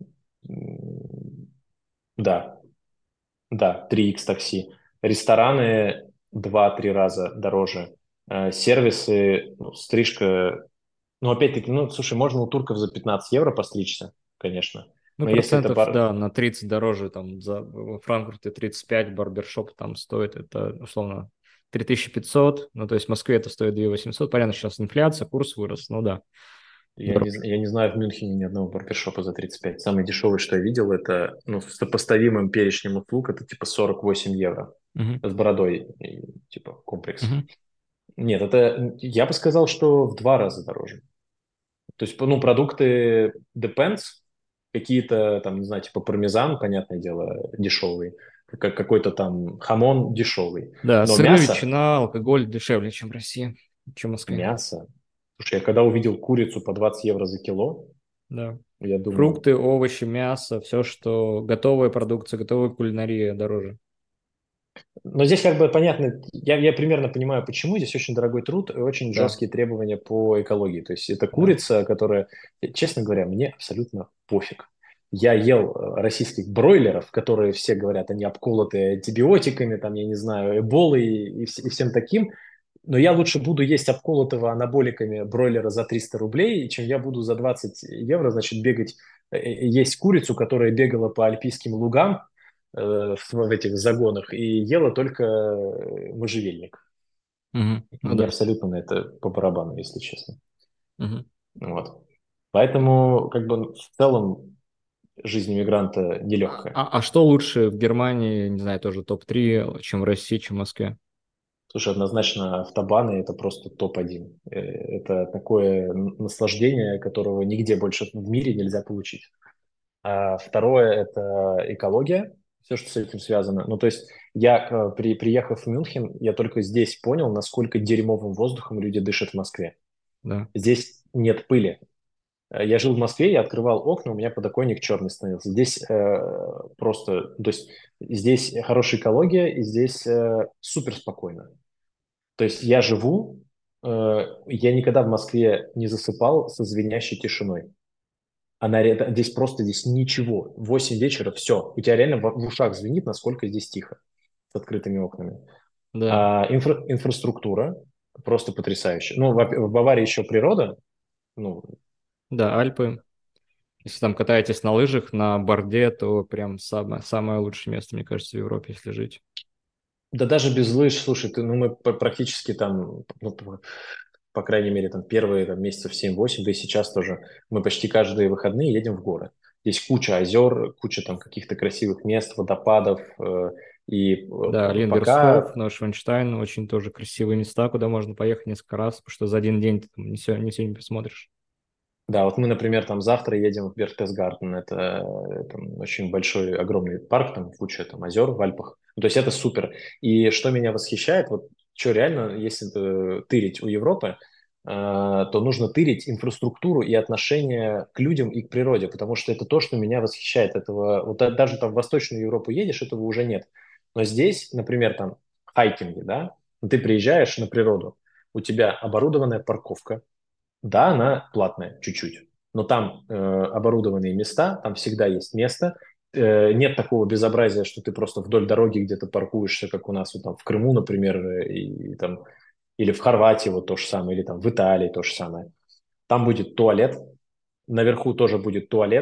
м, да, да, три икс такси. Рестораны два-три раза дороже. Э, Сервисы, ну, стрижка… Ну, опять-таки, ну, слушай, можно у турков за пятнадцать евро постричься, конечно. Ну, Но если это процентов, пар… да, на тридцать дороже, там, за, во Франкфурте тридцать пять, барбершоп там стоит, это, условно, три тысячи пятьсот, ну, то есть в Москве это стоит две тысячи восемьсот, понятно, сейчас инфляция, курс вырос, ну, да, Я не, дороже. зн- я не знаю в Мюнхене ни одного барбершопа за тридцать пять. Самый дешевый, что я видел, это, ну, с сопоставимым перечнем услуг, это типа сорок восемь евро Мгм, с бородой, и, типа комплекс. мгм. Нет, это, я бы сказал, что в два раза дороже. То есть, ну, продукты depends, какие-то там, не знаю, типа пармезан, понятное дело, дешевый, как какой-то там хамон дешевый. Да, Но сыры, мясо, ветчина, алкоголь дешевле, чем в России, чем в Москве, мясо, слушай, я когда увидел курицу по двадцать евро за кило, да. я думаю, Фрукты, овощи, мясо, все, что готовая продукция, готовая кулинария дороже. но здесь как бы понятно, я, я примерно понимаю, почему. Здесь очень дорогой труд и очень Да, жесткие требования по экологии. То есть это да. курица, которая, честно говоря, мне абсолютно пофиг. Я ел э, российских бройлеров, которые все говорят, они обколоты антибиотиками, там, я не знаю, эболой и, вс- и всем таким. Но я лучше буду есть обколотого анаболиками бройлера за триста рублей, чем я буду за двадцать евро, значит, бегать, э, э, есть курицу, которая бегала по альпийским лугам, э, в, в этих загонах и ела только э, можжевельник. Мгм. Ну Мне да. абсолютно на это по барабану, если честно. Мгм. Вот. Поэтому, как бы, в целом, жизнь иммигранта нелегкая. А, а что лучше в Германии, не знаю, тоже топ три, чем в России, чем в Москве? Слушай, однозначно автобаны– это просто топ один. Э, Это такое н- наслаждение, которого нигде больше в мире нельзя получить. А второе– это экология, все, что с этим связано. Ну, то есть я, э, при, приехав в Мюнхен, я только здесь понял, насколько дерьмовым воздухом люди дышат в Москве. Да. Здесь нет пыли. Э, Я жил в Москве, я открывал окна, у меня подоконник черный становился. Здесь э, просто, то есть здесь хорошая экология, и здесь э, супер спокойно. То есть я живу, э, я никогда в Москве не засыпал со звенящей тишиной. Она ре- здесь просто здесь ничего. В восемь вечера все. У тебя реально в, в ушах звенит, насколько здесь тихо с открытыми окнами. Да. А инфра- инфраструктура просто потрясающая. Ну, в, в Баварии еще природа, ну, Да, Альпы. Если там катаетесь на лыжах, на борде, то прям самое, самое лучшее место, мне кажется, в Европе, если жить. да даже без лыж, слушай, ты, ну мы п- практически там, ну, по, по крайней мере, там первые там, месяцев семь-восемь, да и сейчас тоже, мы почти каждые выходные едем в горы. Здесь куча озер, куча там каких-то красивых мест, водопадов, э, и э, Да, п- Ленгерсхоф, пока, Нойшванштайн, очень тоже красивые места, куда можно поехать несколько раз, потому что за один день ты там не все, не все не посмотришь. да, вот мы, например, там завтра едем в Бергтесгарден, это э, там, очень большой, огромный парк, там куча там озер в Альпах, ну, то есть это супер. И что меня восхищает, вот что реально, если э, тырить у Европы, э, то нужно тырить инфраструктуру и отношение к людям и к природе, потому что это то, что меня восхищает. Этого, вот да- даже там в Восточную Европу едешь, этого уже нет. Но здесь, например, там хайкинги, да, ты приезжаешь на природу, у тебя оборудованная парковка, да, она платная чуть-чуть, но там э, оборудованные места, там всегда есть место. Э, нет такого безобразия, что ты просто вдоль дороги где-то паркуешься, как у нас вот там в Крыму, например, э, и, и там, или в Хорватии вот то же самое, или там в Италии то же самое. Там будет туалет, наверху тоже будет туалет,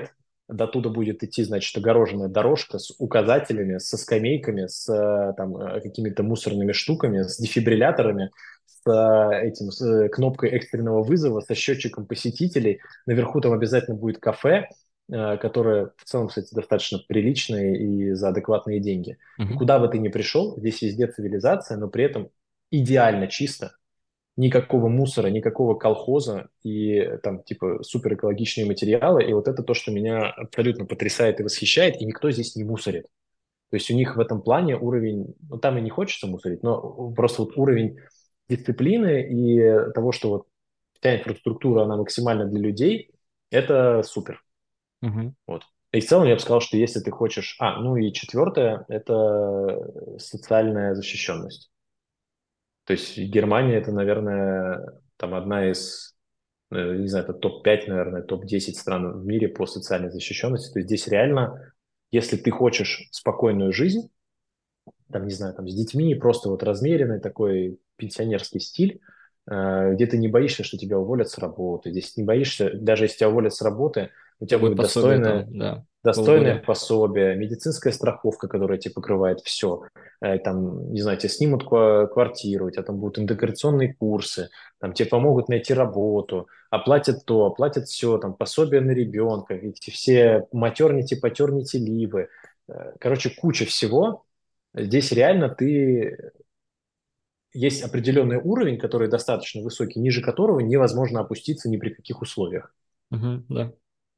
до туда будет идти, значит, огороженная дорожка с указателями, со скамейками, с э, там, э, какими-то мусорными штуками, с дефибрилляторами, с э, этим, с э, кнопкой экстренного вызова, со счетчиком посетителей. Наверху там обязательно будет кафе, э, которое в целом, кстати, достаточно приличное и за адекватные деньги. И Мгм. куда бы ты ни пришел, здесь везде цивилизация, но при этом идеально чисто, никакого мусора, никакого колхоза и там типа супер экологичные материалы. И вот это то, что меня абсолютно потрясает и восхищает, и никто здесь не мусорит. То есть у них в этом плане уровень, ну там и не хочется мусорить, но просто вот уровень дисциплины и того, что вот вся инфраструктура, она максимально для людей, это супер. Мгм. Вот. И в целом я бы сказал, что если ты хочешь... А, ну и четвертое– это социальная защищенность. То есть Германия это, наверное, там одна из, э, не знаю, это топ пять, наверное, топ десять стран в мире по социальной защищенности. То есть здесь реально, если ты хочешь спокойную жизнь, там, не знаю, там с детьми, просто вот размеренный такой пенсионерский стиль, э, где ты не боишься, что тебя уволят с работы, здесь не боишься, даже если тебя уволят с работы, у Это тебя будет будет пособие там, достойная да, достойное полгода. пособие, медицинская страховка, которая тебе покрывает все. Э, Там, не знаю, тебе снимут ква- квартиру, у тебя там будут интеграционные курсы, там тебе помогут найти работу, оплатят то, оплатят все, там пособие на ребенка, эти все матернити, патернити ливы. Э, Короче, куча всего. Здесь реально ты... Есть определенный уровень, который достаточно высокий, ниже которого невозможно опуститься ни при каких условиях. Мгм. Да.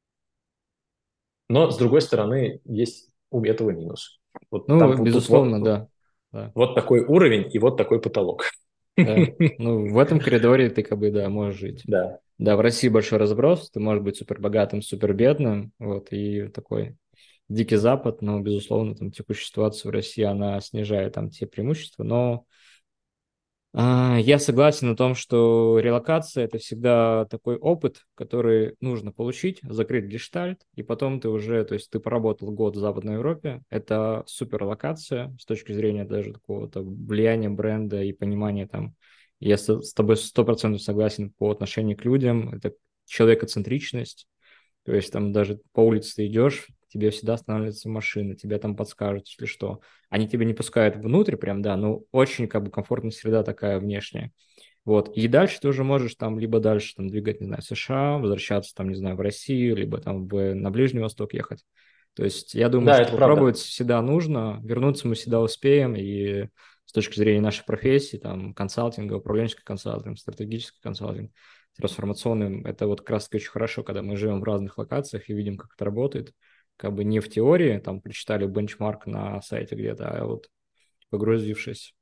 Но, с другой стороны, есть у этого минус. Вот там Ну, вот тут безусловно, вот, да. Да. вот такой уровень и вот такой потолок. Да. Ну, в этом коридоре ты как бы, да, можешь жить. Да. Да, в России большой разброс, ты можешь быть супер богатым, супер бедным, вот, и такой дикий Запад, но, безусловно, там текущая ситуация в России, она снижает там те преимущества, но а, я согласен на том, что релокация– это всегда такой опыт, который нужно получить, закрыть гештальт, и потом ты уже, то есть ты поработал год в Западной Европе, это супер локация с точки зрения даже такого-то влияния бренда и понимания там. Я с с тобой сто процентов согласен по отношению к людям, это человекоцентричность, то есть там даже по улице ты идешь, тебе всегда останавливается машина, тебя там подскажут, если что. Они тебя не пускают внутрь прям, да, но очень как бы комфортная среда такая внешняя. Вот. И дальше ты уже можешь там либо дальше там двигать, не знаю, в США, возвращаться там, не знаю, в Россию, либо там в, на Ближний Восток ехать. То есть я думаю, Да, что это правда. попробовать всегда нужно, вернуться мы всегда успеем, и с точки зрения нашей профессии, там, консалтинга, управленческий консалтинг, стратегический консалтинг, трансформационным, это вот как раз таки очень хорошо, когда мы живем в разных локациях и видим, как это работает, как бы не в теории, там, прочитали бенчмарк на сайте где-то, а вот погрузившись.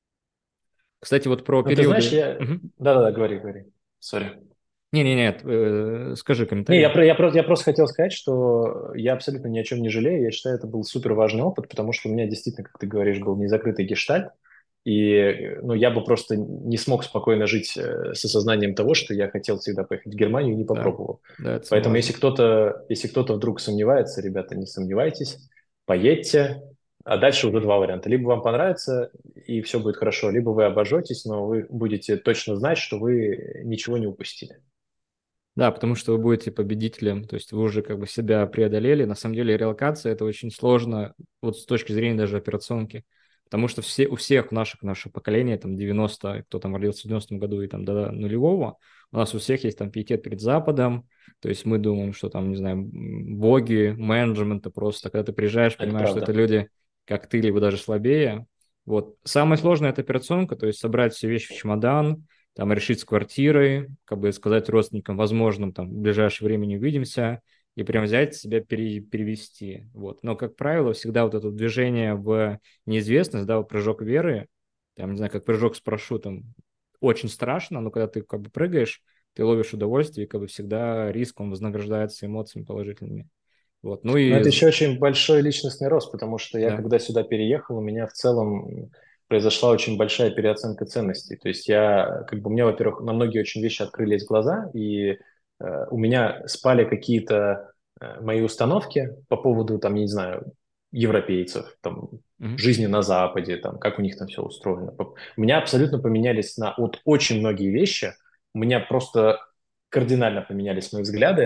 Кстати, вот про Ну, ты знаешь, периоды... я... Мгм. Да-да-да, говори, говори. Сори. Не-не-не, э, скажи Не, я, комментарий. про- я, просто, я просто хотел сказать, что я абсолютно ни о чем не жалею. Я считаю, это был супер важный опыт, потому что у меня действительно, как ты говоришь, был незакрытый гештальт. И э, ну, я бы просто не смог спокойно жить э, с осознанием того, что я хотел всегда поехать в Германию и не Да, попробовал. да, это самое Поэтому если важное. кто-то, если кто-то вдруг сомневается, ребята, не сомневайтесь, поедьте. А дальше уже два варианта. Либо вам понравится, и все будет хорошо, либо вы обожетесь, но вы будете точно знать, что вы ничего не упустили. Да, потому что вы будете победителем, то есть вы уже как бы себя преодолели. На самом деле релокация– это очень сложно вот с точки зрения даже операционки, потому что все, у всех наших, нашего поколения, там девяносто, кто там родился в девяностом году и там до нулевого, у нас у всех есть там пиетет перед Западом, то есть мы думаем, что там, не знаю, м, боги, менеджмента просто, когда ты приезжаешь, Это понимаешь, что это правда. люди, как ты, либо даже слабее. Вот. Самое сложное– это операционка, то есть собрать все вещи в чемодан, там решить с квартирой, как бы сказать родственникам, возможно, там в ближайшее время не увидимся, и прям взять себя пере, перевести. Вот. Но, как правило, всегда вот это движение в неизвестность, да, вот прыжок веры, там, не знаю, как прыжок с парашютом, очень страшно, но когда ты как бы прыгаешь, ты ловишь удовольствие, и как бы всегда риск, он вознаграждается эмоциями положительными. Вот. Ну Но и, это еще очень большой личностный рост, потому что я, да, когда сюда переехал, у меня в целом произошла очень большая переоценка ценностей. То есть я, как бы, у меня, во-первых, на многие очень вещи открылись глаза, и э, у меня спали какие-то э, мои установки по поводу, там, я не знаю, европейцев, там, мгм, жизни на Западе, там, как у них там все устроено. По- У меня абсолютно поменялись на вот очень многие вещи, у меня просто кардинально поменялись мои взгляды,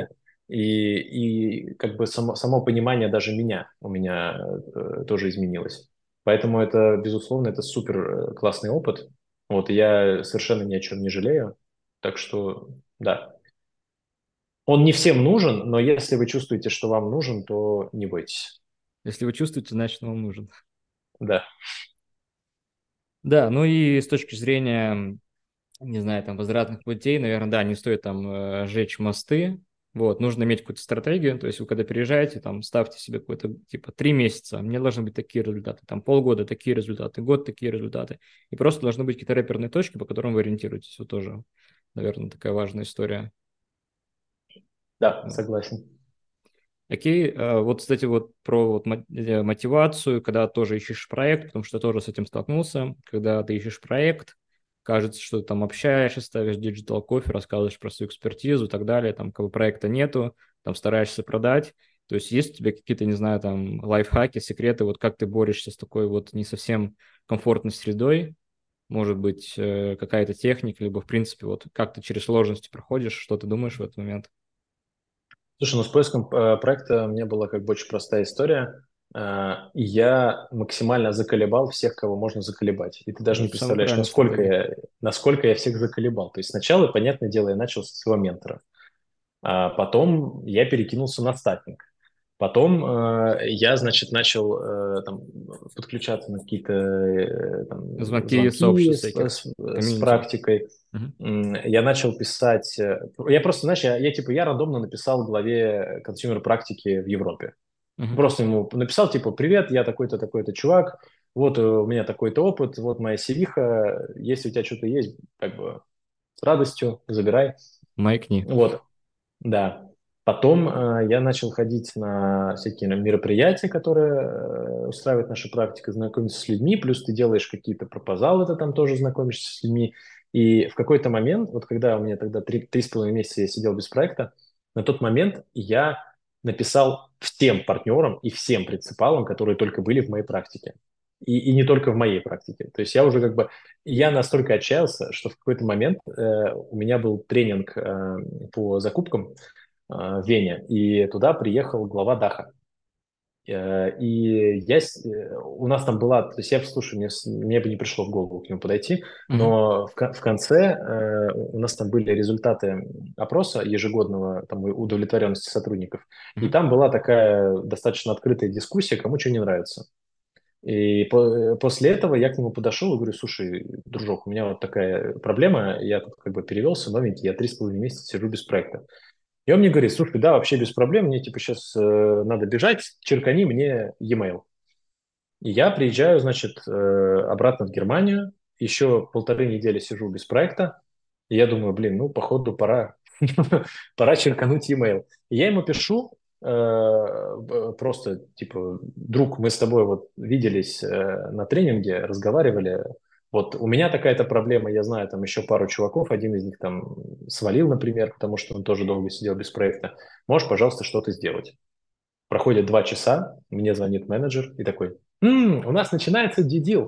И, и как бы само, само понимание даже меня у меня э, тоже изменилось. Поэтому это, безусловно, это супер э, классный опыт. Вот, и я совершенно ни о чем не жалею. Так что, да. Он не всем нужен, но если вы чувствуете, что вам нужен, то не бойтесь. Если вы чувствуете, значит, он вам нужен. Да. Да, ну и с точки зрения, не знаю, там, возвратных путей, наверное, да, не стоит там э, жечь мосты. Вот, нужно иметь какую-то стратегию, то есть вы когда переезжаете, там, ставьте себе какой-то, типа, три месяца, мне должны быть такие результаты, там, полгода такие результаты, год такие результаты, и просто должны быть какие-то реперные точки, по которым вы ориентируетесь, вот тоже, наверное, такая важная история. Да, Вот. согласен. Окей, э, вот, кстати, вот про вот мо- э, мотивацию, когда тоже ищешь проект, потому что я тоже с этим столкнулся, когда ты ищешь проект, кажется, что ты там общаешься, ставишь диджитал кофе, рассказываешь про свою экспертизу и так далее, там как бы проекта нету, там стараешься продать, то есть есть у тебя какие-то, не знаю, там лайфхаки, секреты, вот как ты борешься с такой вот не совсем комфортной средой, может быть, э, какая-то техника, либо, в принципе, вот как ты через сложности проходишь, что ты думаешь в этот момент? Слушай, ну с поиском э, проекта у меня была как бы очень простая история. Э, и я максимально заколебал всех, кого можно заколебать. И ты даже Ну, не это самая представляешь, правильная насколько стратегия. я, насколько я всех заколебал. То есть сначала, понятное дело, я начал со своего ментора. А потом я перекинулся на статник. Потом э, я, значит, начал э, там, подключаться на какие-то э, там, Звонки звонки сообществ с, всяких, с- с комьюнити. практикой. Мгм. М, Я начал писать... э, Я просто, знаешь, я, я типа, я рандомно написал главе консюмер практики в Европе. Мгм. Просто ему написал, типа, привет, я такой-то, такой-то чувак, вот э, у меня такой-то опыт, вот моя сивиха, если у тебя что-то есть, как бы с радостью забирай. Маякни. Вот, да. Потом э, я начал ходить на всякие ну, мероприятия, которые э, устраивает наша практика, знакомиться с людьми, плюс ты делаешь какие-то пропозалы, ты там тоже знакомишься с людьми. И в какой-то момент, вот когда у меня тогда три, три с половиной месяца я сидел без проекта, на тот момент я написал всем партнерам и всем принципалам, которые только были в моей практике. И, и не только в моей практике. То есть я уже как бы, я настолько отчаялся, что в какой-то момент э, у меня был тренинг э, по закупкам э, в Вене, и туда приехал глава Даха. Э, И я, с- э, у нас там была, то есть я, слушай, мне, с- мне бы не пришло в голову к нему подойти, Мгм. но в, ко- в конце э, у нас там были результаты опроса ежегодного там, удовлетворенности сотрудников, и Мгм. там была такая достаточно открытая дискуссия, кому что не нравится. И по- после этого я к нему подошел и говорю, слушай, дружок, у меня вот такая проблема, я тут как бы перевелся, новенький, я три с половиной месяца сижу без проекта. И он мне говорит, слушай, да, вообще без проблем, мне типа сейчас э, надо бежать, черкани мне e-mail. И я приезжаю, значит, э, обратно в Германию, еще полторы недели сижу без проекта, и я думаю, блин, ну, походу, пора, пора черкануть e-mail. И я ему пишу, э, б- просто, типа, друг, мы с тобой вот виделись э, на тренинге, разговаривали, вот у меня такая-то проблема, я знаю там еще пару чуваков, один из них там свалил, например, потому что он тоже долго сидел без проекта. Можешь, пожалуйста, что-то сделать? Проходит два часа, мне звонит менеджер и такой, «М, у нас начинается дидил,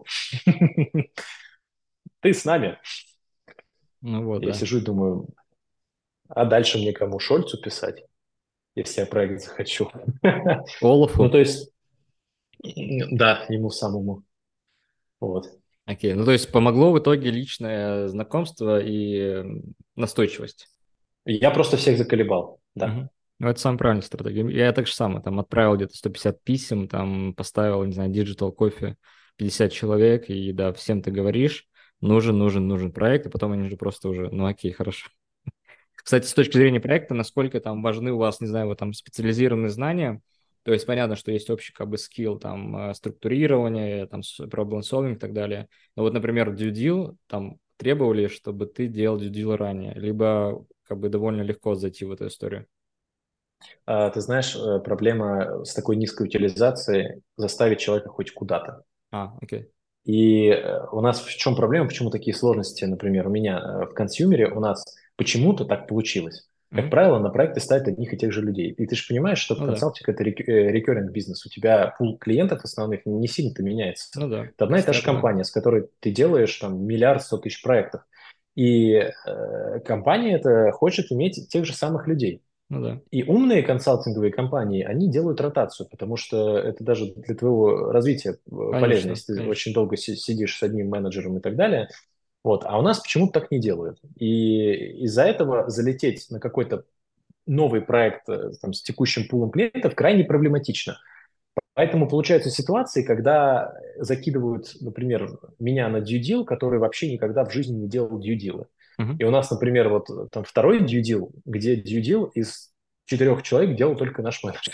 ты с нами». Ну вот, Я да. сижу и думаю, а дальше мне кому, Шольцу писать, если я проект захочу? Ну, Олафу. то есть, м, да, ему самому. Вот. Окей. Ну, то есть помогло в итоге личное знакомство и м, настойчивость. Я просто всех заколебал, да. Мгм. Ну, это самая правильная стратегия. Я так же самое, там, отправил где-то сто пятьдесят писем, там, поставил, не знаю, диджитал кофе пятьдесят человек, и, да, всем ты говоришь, нужен, нужен, нужен проект, и потом они же просто уже, ну, окей, хорошо. Кстати, с точки зрения проекта, насколько там важны у вас, не знаю, вот там специализированные знания, то есть понятно, что есть общий как бы скилл, там, э, структурирование, там, с- problem solving и так далее. Но вот, например, due deal, там, требовали, чтобы ты делал due deal ранее, либо как бы довольно легко зайти в эту историю. А, ты знаешь, э, проблема с такой низкой утилизацией заставить человека хоть куда-то. А, окей. И э, у нас в чем проблема, почему такие сложности, например, у меня э, в консюмере у нас почему-то так получилось. Как Мгм. правило, на проекты ставят одних и тех же людей. И ты же понимаешь, что в Ну да, консалтинг это рекуррент бизнес. У тебя пул клиентов основных не сильно-то меняется. ну да, Это одна и та же стабильно. компания, с которой ты делаешь там миллиард сто тысяч проектов. И э, компания это хочет иметь тех же самых людей. Ну да. И умные консалтинговые компании, они делают ротацию, потому что это даже для твоего развития э, полезно, Конечно, если ты конечно. очень долго си- сидишь с одним менеджером и так далее. Вот. А у нас почему-то так не делают. И из-за этого залететь на какой-то новый проект э, там, с текущим пулом клиентов крайне проблематично. Поэтому получаются ситуации, когда закидывают, например, меня на due deal, который вообще никогда в жизни не делал due deal. Мгм. И у нас, например, вот там второй due deal, где due deal из четырех человек делал только наш менеджер.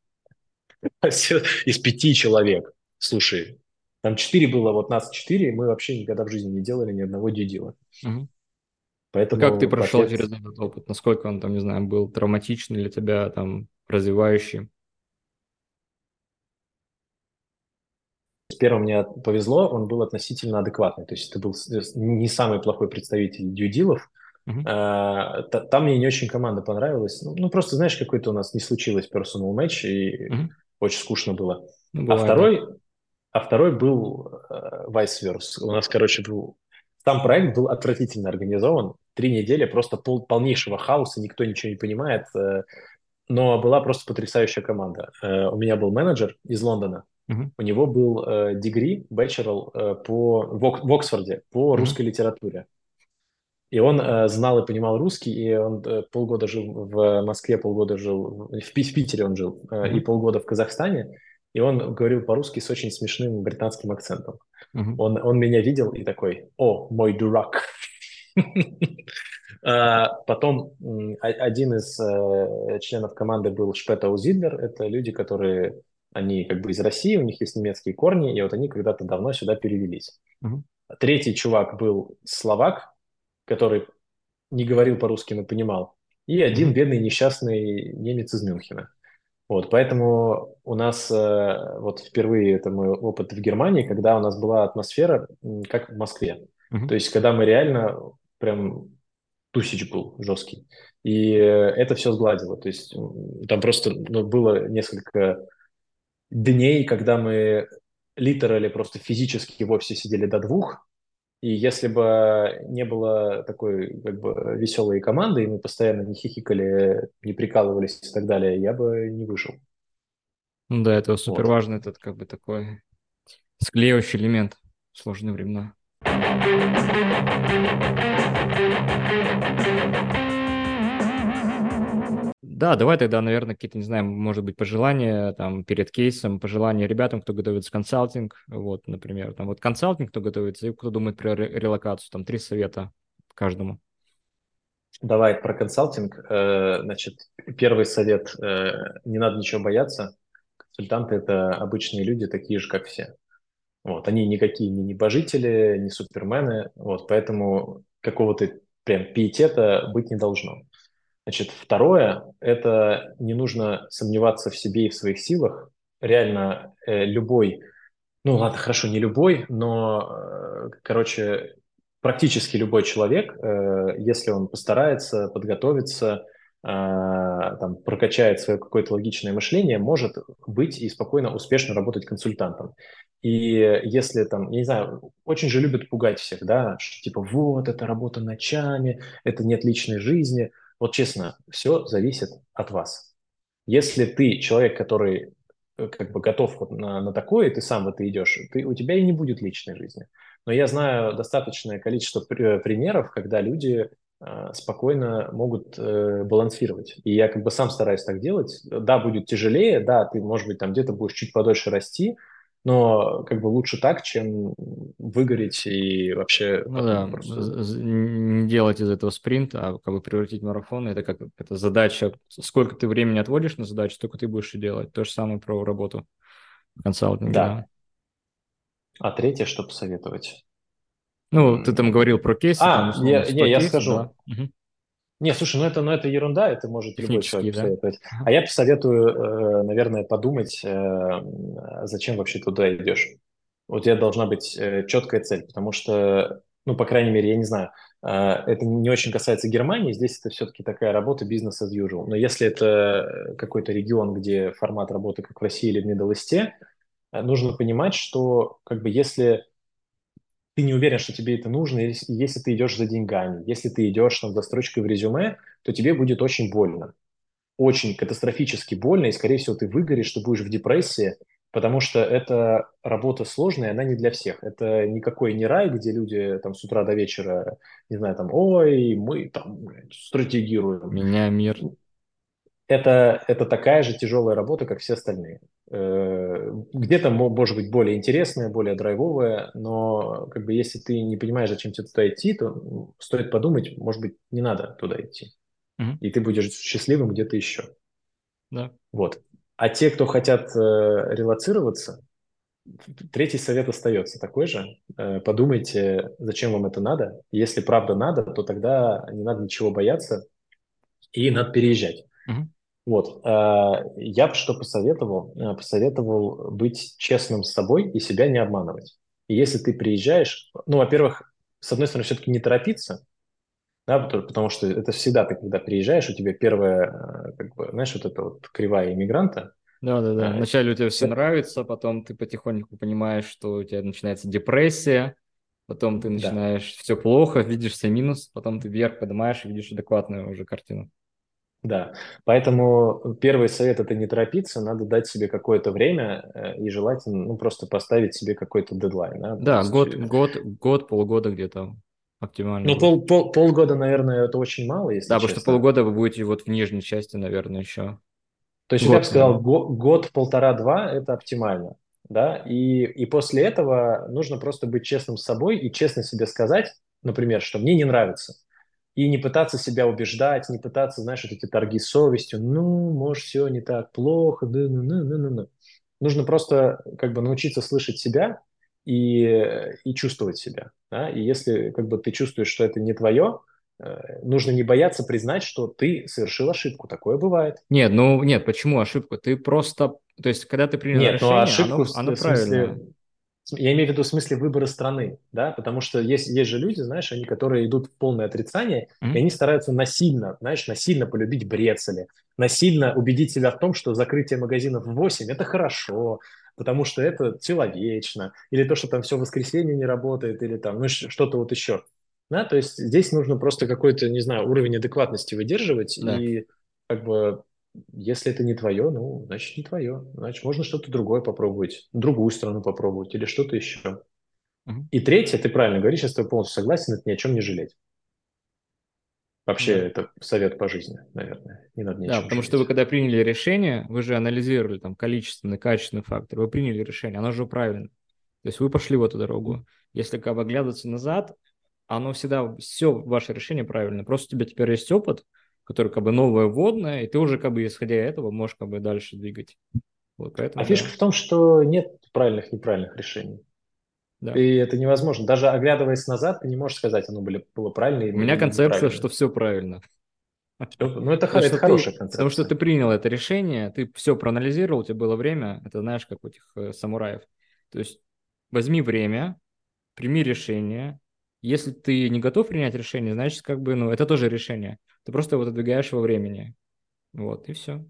Из пяти человек. Слушай, там четыре было, вот нас четыре, мы вообще никогда в жизни не делали ни одного due deal. Мгм. А как ты Поэтому прошел пакет. через этот опыт? Насколько он там, не знаю, был травматичный для тебя, там, развивающий? С первым мне повезло, он был относительно адекватный. То есть это был с- не самый плохой представитель дьюдилов. Мгм. А, та- Там мне не очень команда понравилась. Ну, ну, просто, знаешь, какой-то у нас не случилось personal матч, и Мгм. очень скучно было. Ну, А бывает, да. второй, а второй был э, vice versa. У нас, короче, был... Сам проект был отвратительно организован. Три недели просто пол, полнейшего хаоса, никто ничего не понимает. э, Но была просто потрясающая команда. Э, У меня был менеджер из Лондона. Мгм. У него был э, degree, bachelor э, по, в, Ок- в Оксфорде по Мгм. русской литературе. И он э, знал и понимал русский, и он э, полгода жил в Москве, полгода жил в, Пи- в Питере он жил, э, и Мгм. полгода в Казахстане. И он говорил по-русски с очень смешным британским акцентом. Мгм. Он, он меня видел и такой: «О, мой дурак!» А, Потом м, о- один из э, членов команды был Шпета Зидлер. Это люди, которые, они как бы из России, у них есть немецкие корни, и вот они когда-то давно сюда перевелись. Мгм. Третий чувак был словак, который не говорил по-русски, но понимал. И один Мгм. бедный несчастный немец из Мюнхена. Вот, поэтому у нас э, вот впервые это мой опыт в Германии, когда у нас была атмосфера м, как в Москве. Мгм. То есть, когда мы реально прям тусич был жесткий. И э, это все сгладило. То есть м, там просто ну, было несколько дней, когда мы литерали просто физически в офисе сидели до двух, и если бы не было такой как бы веселой команды, и мы постоянно не хихикали, не прикалывались и так далее, я бы не выжил. Ну да, это супер Вот. важно, этот как бы такой склеивающий элемент в сложные времена. Да, давай тогда, наверное, какие-то, не знаю, может быть, пожелания там перед кейсом, пожелания ребятам, кто готовится к консалтинг, вот, например, там вот консалтинг, кто готовится, и кто думает про ре- релокацию, там три совета каждому. Давай про консалтинг. Э, Значит, первый совет. э, Не надо ничего бояться. Консультанты — это обычные люди, такие же, как все. Вот. Они никакие не небожители, не супермены. Вот. Поэтому какого-то прям пиетета быть не должно. Значит, второе — это не нужно сомневаться в себе и в своих силах. Реально, э, любой, ну ладно, хорошо, не любой, но, э, короче, практически любой человек, э, если он постарается, подготовится, э, там, прокачает свое какое-то логичное мышление, может быть и спокойно, успешно работать консультантом. И если там, я не знаю, очень же любят пугать всех, да, что типа вот, это работа ночами, это нет личной жизни. Вот честно, все зависит от вас. Если ты человек, который э, как бы готов вот на, на такое, и ты сам в это идешь, ты, у тебя и не будет личной жизни. Но я знаю достаточное количество пр- примеров, когда люди э, спокойно могут э, балансировать. И я как бы сам стараюсь так делать. Да, будет тяжелее, да, ты, может быть, там где-то будешь чуть подольше расти, но как бы лучше так, чем выгореть и вообще Ну потом да, просто... з- з- не делать из этого спринта, а как бы превратить в марафон. Это как это задача. Сколько ты времени отводишь на задачу, столько ты будешь и делать. То же самое про работу в консалтинге, да. Да. А третье, что посоветовать? Ну, ты там говорил про кейсы, там А, условно я, сто не, я кейсов, да. скажу. Мгм. Не, слушай, ну это, ну это ерунда, это может любой человек Технические, да. посоветовать. А Ага. я посоветую, э, наверное, подумать, э, зачем вообще туда идешь. У тебя должна быть э, четкая цель, потому что, ну, по крайней мере, я не знаю, э, это не очень касается Германии, здесь это все-таки такая работа бизнес as usual. Но если это какой-то регион, где формат работы, как в России или в Middle East, э, нужно понимать, что как бы если ты не уверен, что тебе это нужно, если, если ты идешь за деньгами, если ты идешь там, за строчкой в резюме, то тебе будет очень больно. очень катастрофически больно, и, скорее всего, ты выгоришь, ты будешь в депрессии, потому что это работа сложная, она не для всех. Это никакой не рай, где люди там с утра до вечера, не знаю, там, ой, мы там блядь, стратегируем. Меня мир. Это, это такая же тяжелая работа, как все остальные. Э, Где-то, мо- может быть, более интересная, более драйвовая, но как бы если ты не понимаешь, зачем тебе туда идти, то м, стоит подумать, может быть, не надо туда идти. Мгм. И ты будешь счастливым где-то еще. Да. Вот. А те, кто хотят э, релацироваться, третий совет остается такой же. Э, подумайте, зачем вам это надо. Если правда надо, то тогда не надо ничего бояться и надо переезжать. Мгм. Вот. э, Я бы что посоветовал? Э, Посоветовал быть честным с собой и себя не обманывать. И если ты приезжаешь, ну, во-первых, с одной стороны, все-таки не торопиться, да, потому потому что это всегда ты, когда приезжаешь, у тебя первая, э, как бы, знаешь, вот эта вот кривая иммигранта. Да, да, да. э, Вначале у тебя все вся- нравится, потом ты потихоньку понимаешь, что у тебя начинается депрессия, потом ты Да, начинаешь все плохо, видишь все минусы, потом ты вверх поднимаешь и видишь адекватную уже картину. да. Поэтому первый совет– это не торопиться, надо дать себе какое-то время э, и желательно, ну, просто поставить себе какой-то дедлайн, да, то Да, есть год, э, год, год, полгода где-то оптимально ну, будет. пол, пол, полгода, наверное, это очень мало, если Да, потому что честно. полгода вы будете вот в нижней части, наверное, еще. То есть вот я бы Год, сказал, наверное. го- год, полтора-два– это оптимально, да, и, и после этого нужно просто быть честным с собой и честно себе сказать, например, что мне не нравится, и не пытаться себя убеждать, не пытаться, знаешь, вот эти торги с совестью, ну, может, все не так плохо, да, ну, ну, ну, ну, ну. Нужно просто как бы научиться слышать себя и, и чувствовать себя, да, и если как бы ты чувствуешь, что это не твое, э, нужно не бояться признать, что ты совершил ошибку, такое бывает. Нет, ну нет, почему ошибку? Ты просто, то есть, когда ты принял Нет, ну а решение, ошибку оно, в, с- оно в смысле, правильное. я имею в виду в смысле выбора страны, да, потому что есть, есть же люди, знаешь, они, которые идут в полное отрицание, и Мгм. они стараются насильно, знаешь, насильно полюбить брецели, насильно убедить себя в том, что закрытие магазинов в восемь– это хорошо, потому что это человечно, или то, что там все воскресенье не работает, или там, ну, ш- что-то вот еще. Да, то есть здесь нужно просто какой-то, не знаю, уровень адекватности выдерживать Да. и как бы если это не твое, ну, значит, не твое. Значит, можно что-то другое попробовать, другую страну попробовать или что-то еще. Мгм. И третье, ты правильно говоришь, я с тобой полностью согласен, это ни о чем не жалеть. Вообще, Да. это совет по жизни, наверное. Не надо ни о Да, чем потому что вы жалеть. когда приняли решение, вы же анализировали там количественный, качественный фактор, вы приняли решение, оно же правильно. То есть вы пошли в эту дорогу. Если как бы оглядываться назад, оно всегда, все ваше решение правильно. Просто у тебя теперь есть опыт, который как бы новое вводное, и ты уже как бы исходя из этого можешь как бы дальше двигать. Вот А поэтому фишка да. в том, что нет правильных и неправильных решений. Да. И это невозможно. Даже оглядываясь назад, ты не можешь сказать, оно было, было правильно У или, меня или концепция, что неправильно. все правильно. Всё- ну, это, хо- Потому это что хорошая ты, потому что концепция. ты принял это решение, ты все проанализировал, у тебя было время, это знаешь, как у этих э, самураев. То есть возьми время, прими решение. Если ты не готов принять решение, значит, как бы, ну, это тоже решение. Ты просто его отодвигаешь во времени. Вот, и все.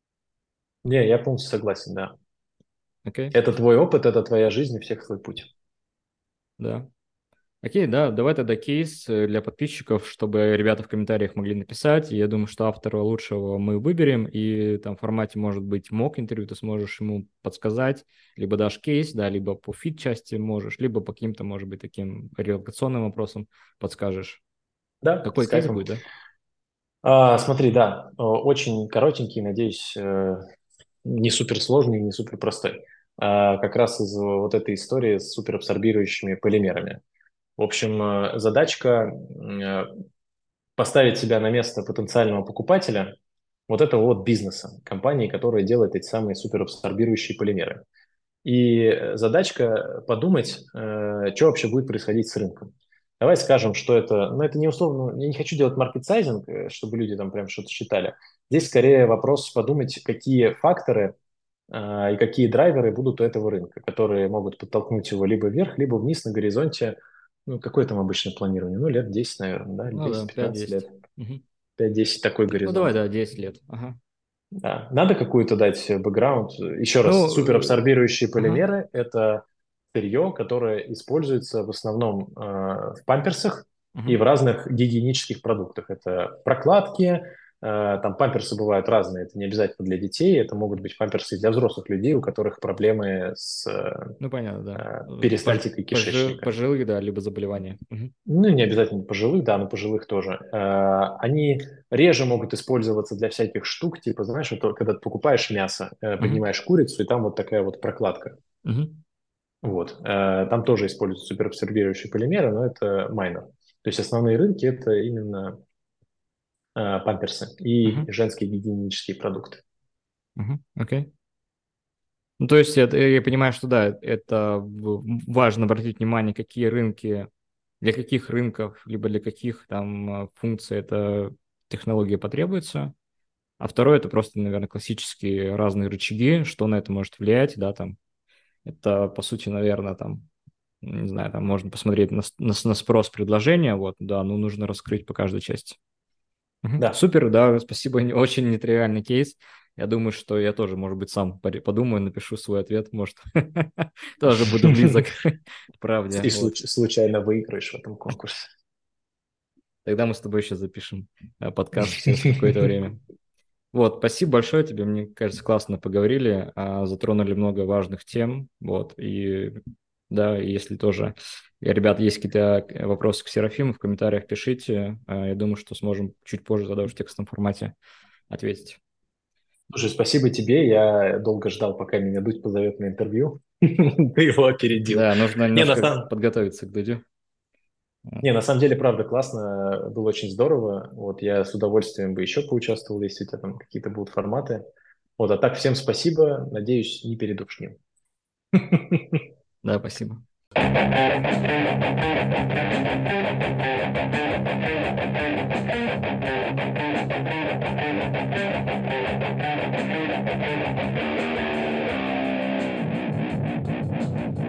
Не, я полностью согласен, да. Окей? Это твой опыт, это твоя жизнь, у всех свой путь. Да. Окей, да, давай тогда кейс э, для подписчиков, чтобы ребята в комментариях могли написать. И я думаю, что автора лучшего мы выберем, и там в формате, может быть, мок интервью ты сможешь ему подсказать, либо дашь кейс, да, либо по фит-части можешь, либо по каким-то, может быть, таким релокационным вопросам подскажешь. Да, с Такой кейс кайфом. будет, да? А, смотри, да, о, очень коротенький, надеюсь, э, не супер сложный, не супер простой. А, как раз из вот этой истории с суперабсорбирующими полимерами. В общем, э, задачка м, э, поставить себя на место потенциального покупателя вот этого вот бизнеса, компании, которая делает эти самые суперабсорбирующие полимеры. И э, задачка подумать, э, что вообще будет происходить с рынком. Давай скажем, что это, ну это не условно, я не хочу делать маркет-сайзинг, э, чтобы люди там прям что-то считали. Здесь скорее вопрос подумать, какие факторы а, и какие драйверы будут у этого рынка, которые могут подтолкнуть его либо вверх, либо вниз на горизонте. Ну, какое там обычное планирование? Ну, лет десять, наверное, да, Ну да, десять-пятнадцать лет. пять-десять. Мгм. Пять-десять такой Ну давай, горизонт. да, десять лет. Ага. Да. Надо какую-то дать бэкграунд. Еще раз, Ну, э, суперабсорбирующие ага. полимеры– это сырье, которое используется в основном э, в памперсах и Мгм. в разных гигиенических продуктах. Это прокладки, Э, Там памперсы бывают разные, это не обязательно для детей, это могут быть памперсы для взрослых людей, у которых проблемы с Ну, понятно, да. э, Э, Пож- перистальтикой пожи- кишечника. Пожилые, да, либо заболевания. Мгм. Ну, не обязательно пожилых, да, но пожилых тоже. Э, Они реже могут использоваться для всяких штук, типа, знаешь, вот когда ты покупаешь мясо, э, Мгм. поднимаешь курицу, и там вот такая вот прокладка. Мгм. Вот. Э, Там тоже используются суперабсорбирующие полимеры, но это майнер. То есть основные рынки – это именно э, памперсы и Мгм. женские гигиенические продукты. Мгм. Окей. Ну, то есть это, я понимаю, что да, это в- важно обратить внимание, какие рынки, для каких рынков, либо для каких там э, функций эта технология потребуется. А второе, это просто, наверное, классические разные рычаги, что на это может влиять, да, там. Это, по сути, наверное, там, не знаю, там можно посмотреть на, с- на, с- на спрос предложения, вот, да, ну, нужно раскрыть по каждой части. Мгм. Да. Супер, да, спасибо, не- очень нетривиальный кейс. Я думаю, что я тоже, может быть, сам пори- подумаю, напишу свой ответ, может, тоже буду близок к правде, И вот. случ- случайно выиграешь в этом конкурсе. Тогда мы с тобой еще запишем э, подкаст через какое-то время. Вот, спасибо большое тебе, мне кажется, классно поговорили, а, затронули много важных тем, вот, и да, и если тоже, э, ребят, есть какие-то э, вопросы к Серафиму, в комментариях пишите, а, я думаю, что сможем чуть позже тогда уже в текстовом формате ответить. Слушай, спасибо тебе. Я долго ждал, пока меня Дудь позовет на интервью. Ты его опередил. Да, нужно Не, на немножко самом, подготовиться к Дудю. не, на самом деле, правда, классно. Было очень здорово. Вот я с удовольствием бы еще поучаствовал, если у тебя там какие-то будут форматы. Вот, а так всем спасибо. Надеюсь, не передушним. Да, спасибо.